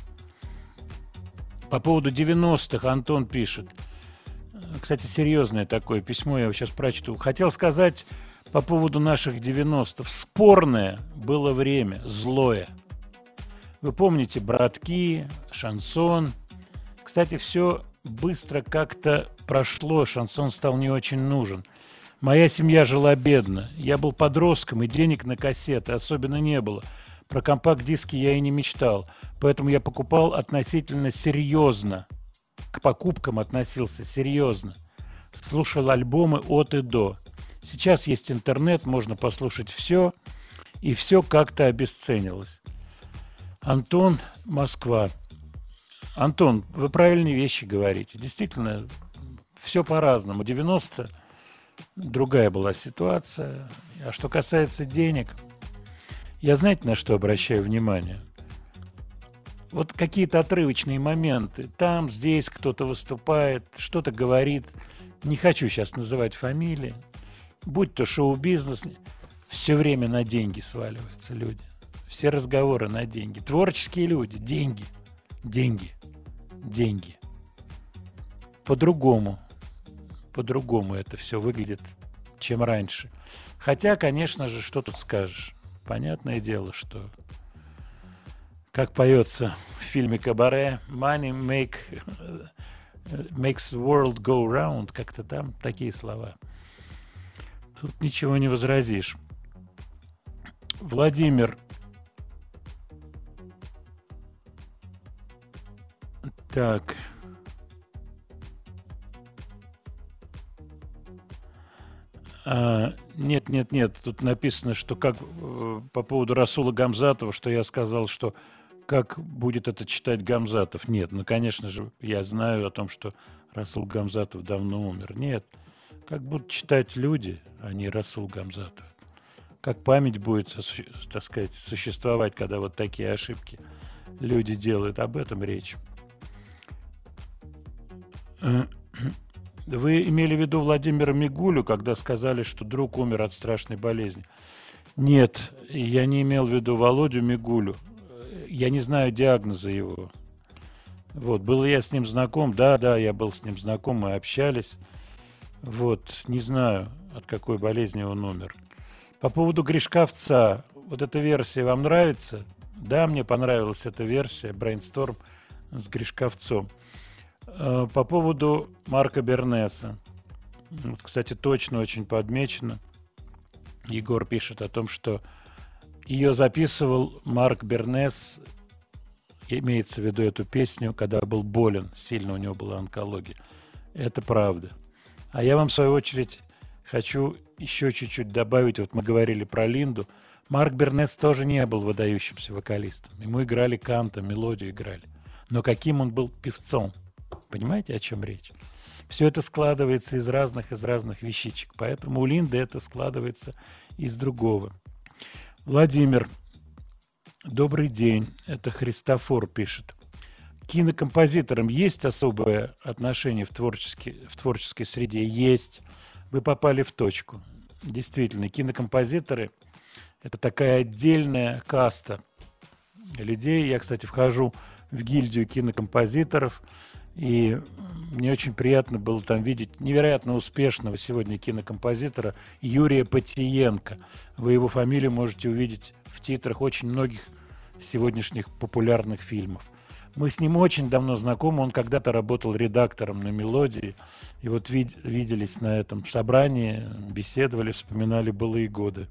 По поводу девяностых Антон пишет. Кстати, серьезное такое письмо, я его сейчас прочту. Хотел сказать по поводу наших девяностых. Спорное было время, злое. Вы помните «Братки», «Шансон». Кстати, все быстро как-то прошло, шансон стал не очень нужен. Моя семья жила бедно. Я был подростком, и денег на кассеты особенно не было. Про компакт-диски я и не мечтал. Поэтому я покупал относительно серьезно. К покупкам относился серьезно. Слушал альбомы от и до. Сейчас есть интернет, можно послушать все. И все как-то обесценилось. Антон, Москва. Антон, вы правильные вещи говорите. Действительно, все по-разному. девяностые другая была ситуация. А что касается денег, я, знаете, на что обращаю внимание? Вот какие-то отрывочные моменты. Там, здесь кто-то выступает, что-то говорит. Не хочу сейчас называть фамилии. Будь то шоу-бизнес, все время на деньги сваливаются люди. Все разговоры на деньги. Творческие люди, деньги, деньги, деньги. По-другому, по-другому это все выглядит, чем раньше. Хотя, конечно же, что тут скажешь? Понятное дело, что, как поется в фильме «Кабаре», «Money make, makes the world go round», как-то там такие слова. Тут ничего не возразишь. Владимир, Так. А, нет, нет, нет. Тут написано, что как э, по поводу Расула Гамзатова, что я сказал, что как будет это читать Гамзатов. Нет, ну, конечно же, я знаю о том, что Расул Гамзатов давно умер. Нет. Как будут читать люди, а не Расул Гамзатов. Как память будет, так сказать, существовать, когда вот такие ошибки люди делают. Об этом речь. Вы имели в виду Владимира Мигулю, когда сказали, что друг умер от страшной болезни? Нет, я не имел в виду Володю Мигулю. Я не знаю диагноза его. Вот, был я с ним знаком? Да, да, я был с ним знаком, мы общались. Вот, не знаю, от какой болезни он умер. По поводу Гришковца, вот эта версия вам нравится? Да, мне понравилась эта версия, Brainstorm с Гришковцом. По поводу Марка Бернеса. Вот, кстати, точно очень подмечено. Егор пишет о том, что ее записывал Марк Бернес, имеется в виду эту песню, когда был болен, сильно у него была онкология. Это правда. А я вам, в свою очередь, хочу еще чуть-чуть добавить. Вот мы говорили про Линду. Марк Бернес тоже не был выдающимся вокалистом. Ему играли канто, мелодию играли. Но каким он был певцом? Понимаете, о чем речь? Все это складывается из разных, из разных вещичек. Поэтому у Линды это складывается из другого. Владимир, добрый день. Это Христофор пишет. К кинокомпозиторам есть особое отношение в творческой, в творческой среде? Есть. Вы попали в точку. Действительно, кинокомпозиторы – это такая отдельная каста людей. Я, кстати, вхожу в гильдию кинокомпозиторов, и мне очень приятно было там видеть невероятно успешного сегодня кинокомпозитора Юрия Потиенко. Вы его фамилию можете увидеть в титрах очень многих сегодняшних популярных фильмов. Мы с ним очень давно знакомы, он когда-то работал редактором на «Мелодии», и вот вид- виделись на этом собрании, беседовали, вспоминали былые годы.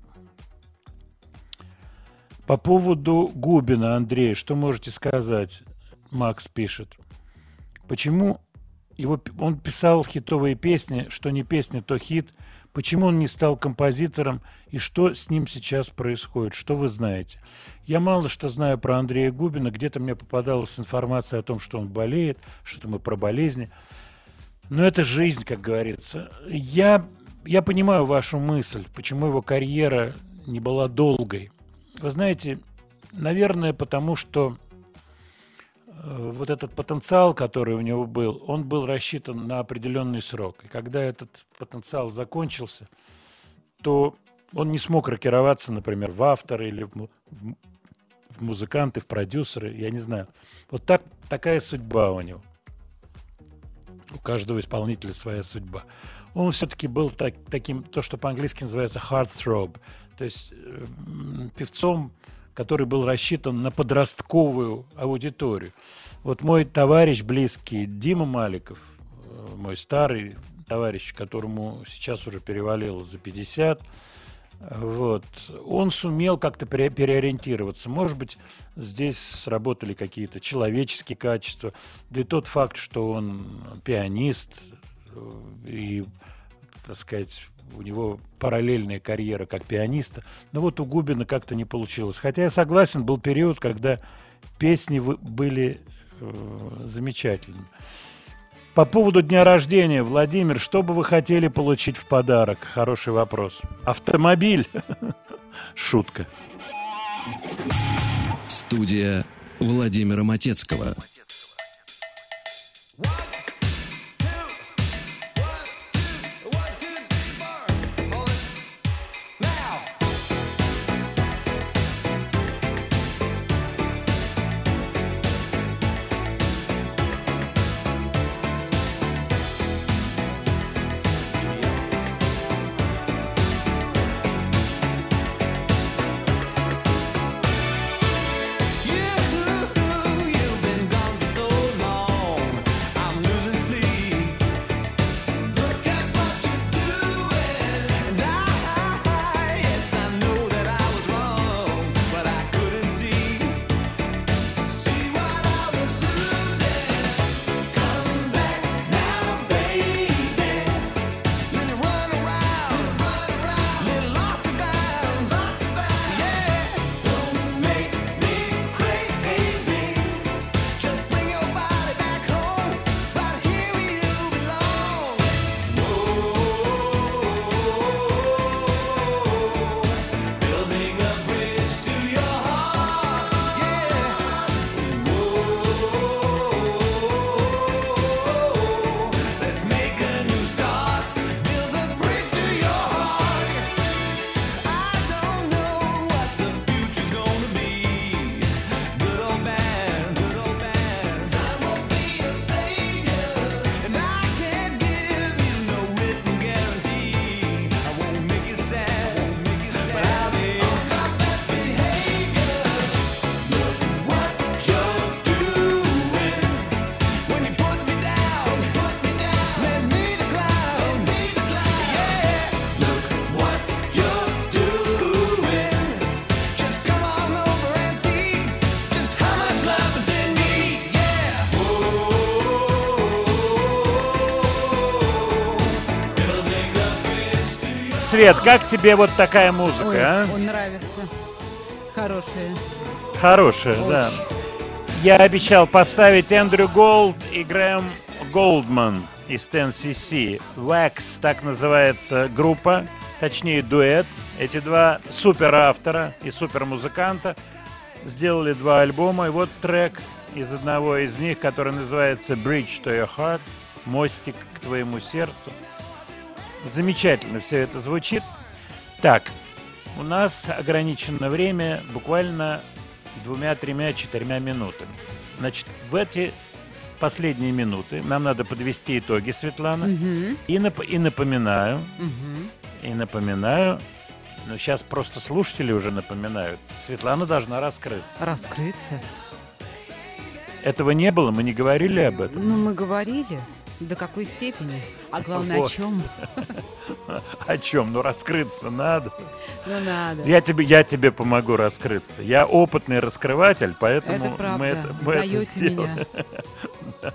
По поводу Губина, Андрей, что можете сказать? Макс пишет. Почему его, он писал хитовые песни, что не песня, то хит. Почему он не стал композитором и что с ним сейчас происходит? Что вы знаете? Я мало что знаю про Андрея Губина. Где-то мне попадалась информация о том, что он болеет, что-то мы про болезни. Но это жизнь, как говорится. Я, я понимаю вашу мысль, почему его карьера не была долгой. Вы знаете, наверное, потому что вот этот потенциал, который у него был, он был рассчитан на определенный срок. И когда этот потенциал закончился, то он не смог рокироваться, например, в авторы или в, в, в музыканты, в продюсеры, я не знаю. Вот так, такая судьба у него. У каждого исполнителя своя судьба. Он все-таки был так, таким, то, что по-английски называется heartthrob, то есть э, певцом, который был рассчитан на подростковую аудиторию. Вот мой товарищ близкий Дима Маликов, мой старый товарищ, которому сейчас уже перевалило за пятьдесят, вот, он сумел как-то переориентироваться. Может быть, здесь сработали какие-то человеческие качества, да и тот факт, что он пианист и, так сказать, у него параллельная карьера как пианиста. Но вот у Губина как-то не получилось. Хотя я согласен, был период, когда песни были э, замечательными. По поводу дня рождения, Владимир, что бы вы хотели получить в подарок? Хороший вопрос. Автомобиль? Шутка. Студия Владимира Матецкого. You've been gone for so long. Свет, как тебе вот такая музыка, Ой, а? он нравится. Хорошие. Хорошая, Очень. да. Я обещал поставить Эндрю Голд и Грэм Голдман из Ten си си. Wax, так называется группа, точнее дуэт. Эти два суперавтора и супермузыканта сделали два альбома. И вот трек из одного из них, который называется Bridge to Your Heart, мостик к твоему сердцу. Замечательно все это звучит. Так, у нас ограничено время буквально двумя, тремя, четырьмя минутами. Значит, в эти последние минуты нам надо подвести итоги, Светлана. Мгм. И, нап- и напоминаю, Мгм. и напоминаю, ну сейчас просто слушатели уже напоминают, Светлана должна раскрыться. Раскрыться? Этого не было, мы не говорили об этом. Ну, мы говорили. До какой степени? А главное, Вот. о чем? О чем? Ну, раскрыться надо. Ну, надо. Я тебе, я тебе помогу раскрыться. Я опытный раскрыватель, поэтому Это правда. мы это, мы это Знаете сделаем. меня. Да.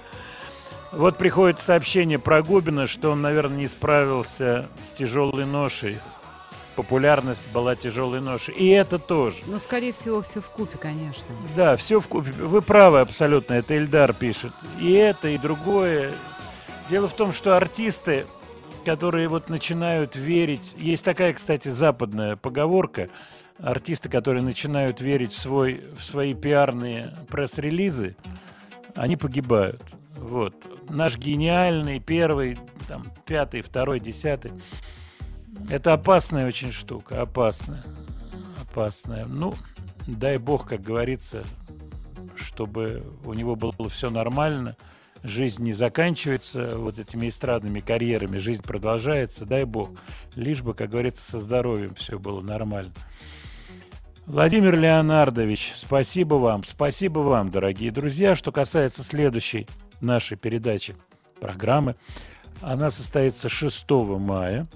Вот приходит сообщение про Губина, что он, наверное, не справился с тяжелой ношей. Популярность была тяжелой ношей. И это тоже. Ну, скорее всего, все вкупе, конечно. Да, все в купе. Вы правы абсолютно, это Эльдар пишет. И это, и другое. Дело в том, что артисты, которые вот начинают верить... Есть такая, кстати, западная поговорка. Артисты, которые начинают верить в, свой, в свои пиарные пресс-релизы, они погибают. Вот. Наш гениальный первый, там, пятый, второй, десятый. Это опасная очень штука, опасная. Опасная. Ну, дай бог, как говорится, чтобы у него было все нормально. Жизнь не заканчивается вот этими эстрадными карьерами, жизнь продолжается, дай бог. Лишь бы, как говорится, со здоровьем все было нормально. Владимир Леонардович, спасибо вам, спасибо вам, дорогие друзья. Что касается следующей нашей передачи, программы, она состоится шестого мая.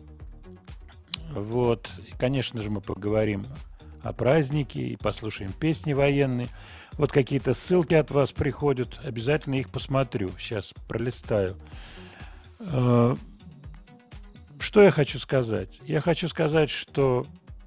Вот, и, конечно же, мы поговорим о празднике и послушаем песни военные. Вот какие-то ссылки от вас приходят, обязательно их посмотрю. Сейчас пролистаю. Э, Что я хочу сказать? Я хочу сказать, что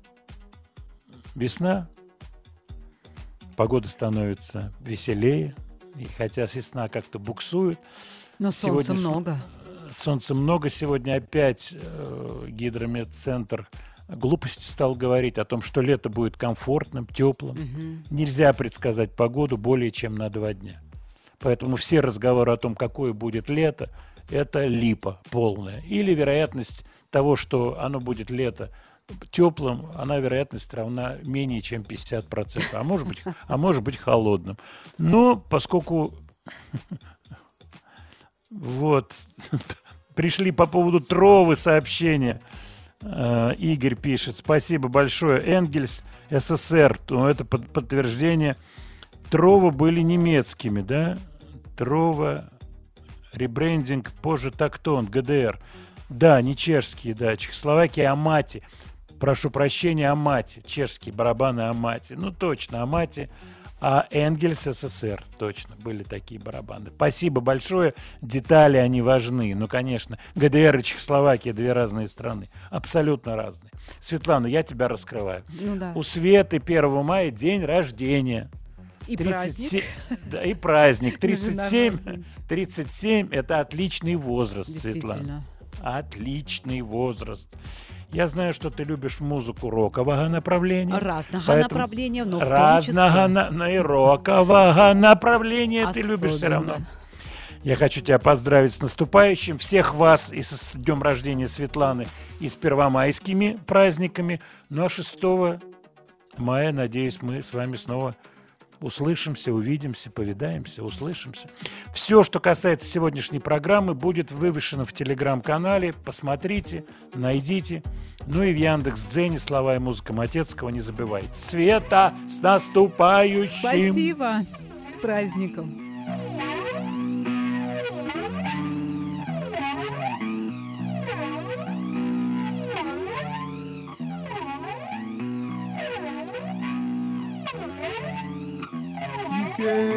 весна, погода становится веселее, и хотя весна как-то буксует. Но солнца сегодня с- много. Солнца много. Сегодня опять э, гидрометцентр глупости стал говорить о том, что лето будет комфортным, теплым. Мгм. Нельзя предсказать погоду более чем на два дня. Поэтому все разговоры о том, какое будет лето, это липа полная. Или вероятность того, что оно будет лето теплым, она вероятность равна менее чем пятьдесят процентов. А может быть, а может быть холодным. Но поскольку вот пришли по поводу Тровы сообщения. Э, Игорь пишет: спасибо большое. Энгельс, СССР. Ну, это под- подтверждение. Трова были немецкими, да? Трова, ребрендинг, позже Тактон, ГДР. Да, не чешские, да. Чехословакия, Амати. Прошу прощения, Амати. Чешские барабаны Амати. Ну, точно, Амати. А Энгельс, СССР, точно, были такие барабаны. Спасибо большое, детали, они важны. Ну, конечно, ГДР и Чехословакия – две разные страны, абсолютно разные. Светлана, я тебя раскрываю. Ну да. У Светы первого мая день рождения. И тридцать семь праздник. Да, и праздник. тридцать семь, Международный. тридцать семь – это отличный возраст, Светлана. Действительно. Отличный возраст. Я знаю, что ты любишь музыку рокового направления. Разного поэтому направления, но в том разного числе. на- на- и рокового направления ты любишь все равно. Особенно. Я хочу тебя поздравить с наступающим. Всех вас и с днем рождения Светланы, и с первомайскими праздниками. Ну а шестого мая, надеюсь, мы с вами снова услышимся, увидимся, повидаемся, услышимся. Все, что касается сегодняшней программы, будет вывешено в телеграм-канале. Посмотрите, найдите. Ну и в Яндекс.Дзене слова и музыка Матецкого не забывайте. Света, с наступающим! Спасибо. С праздником. gave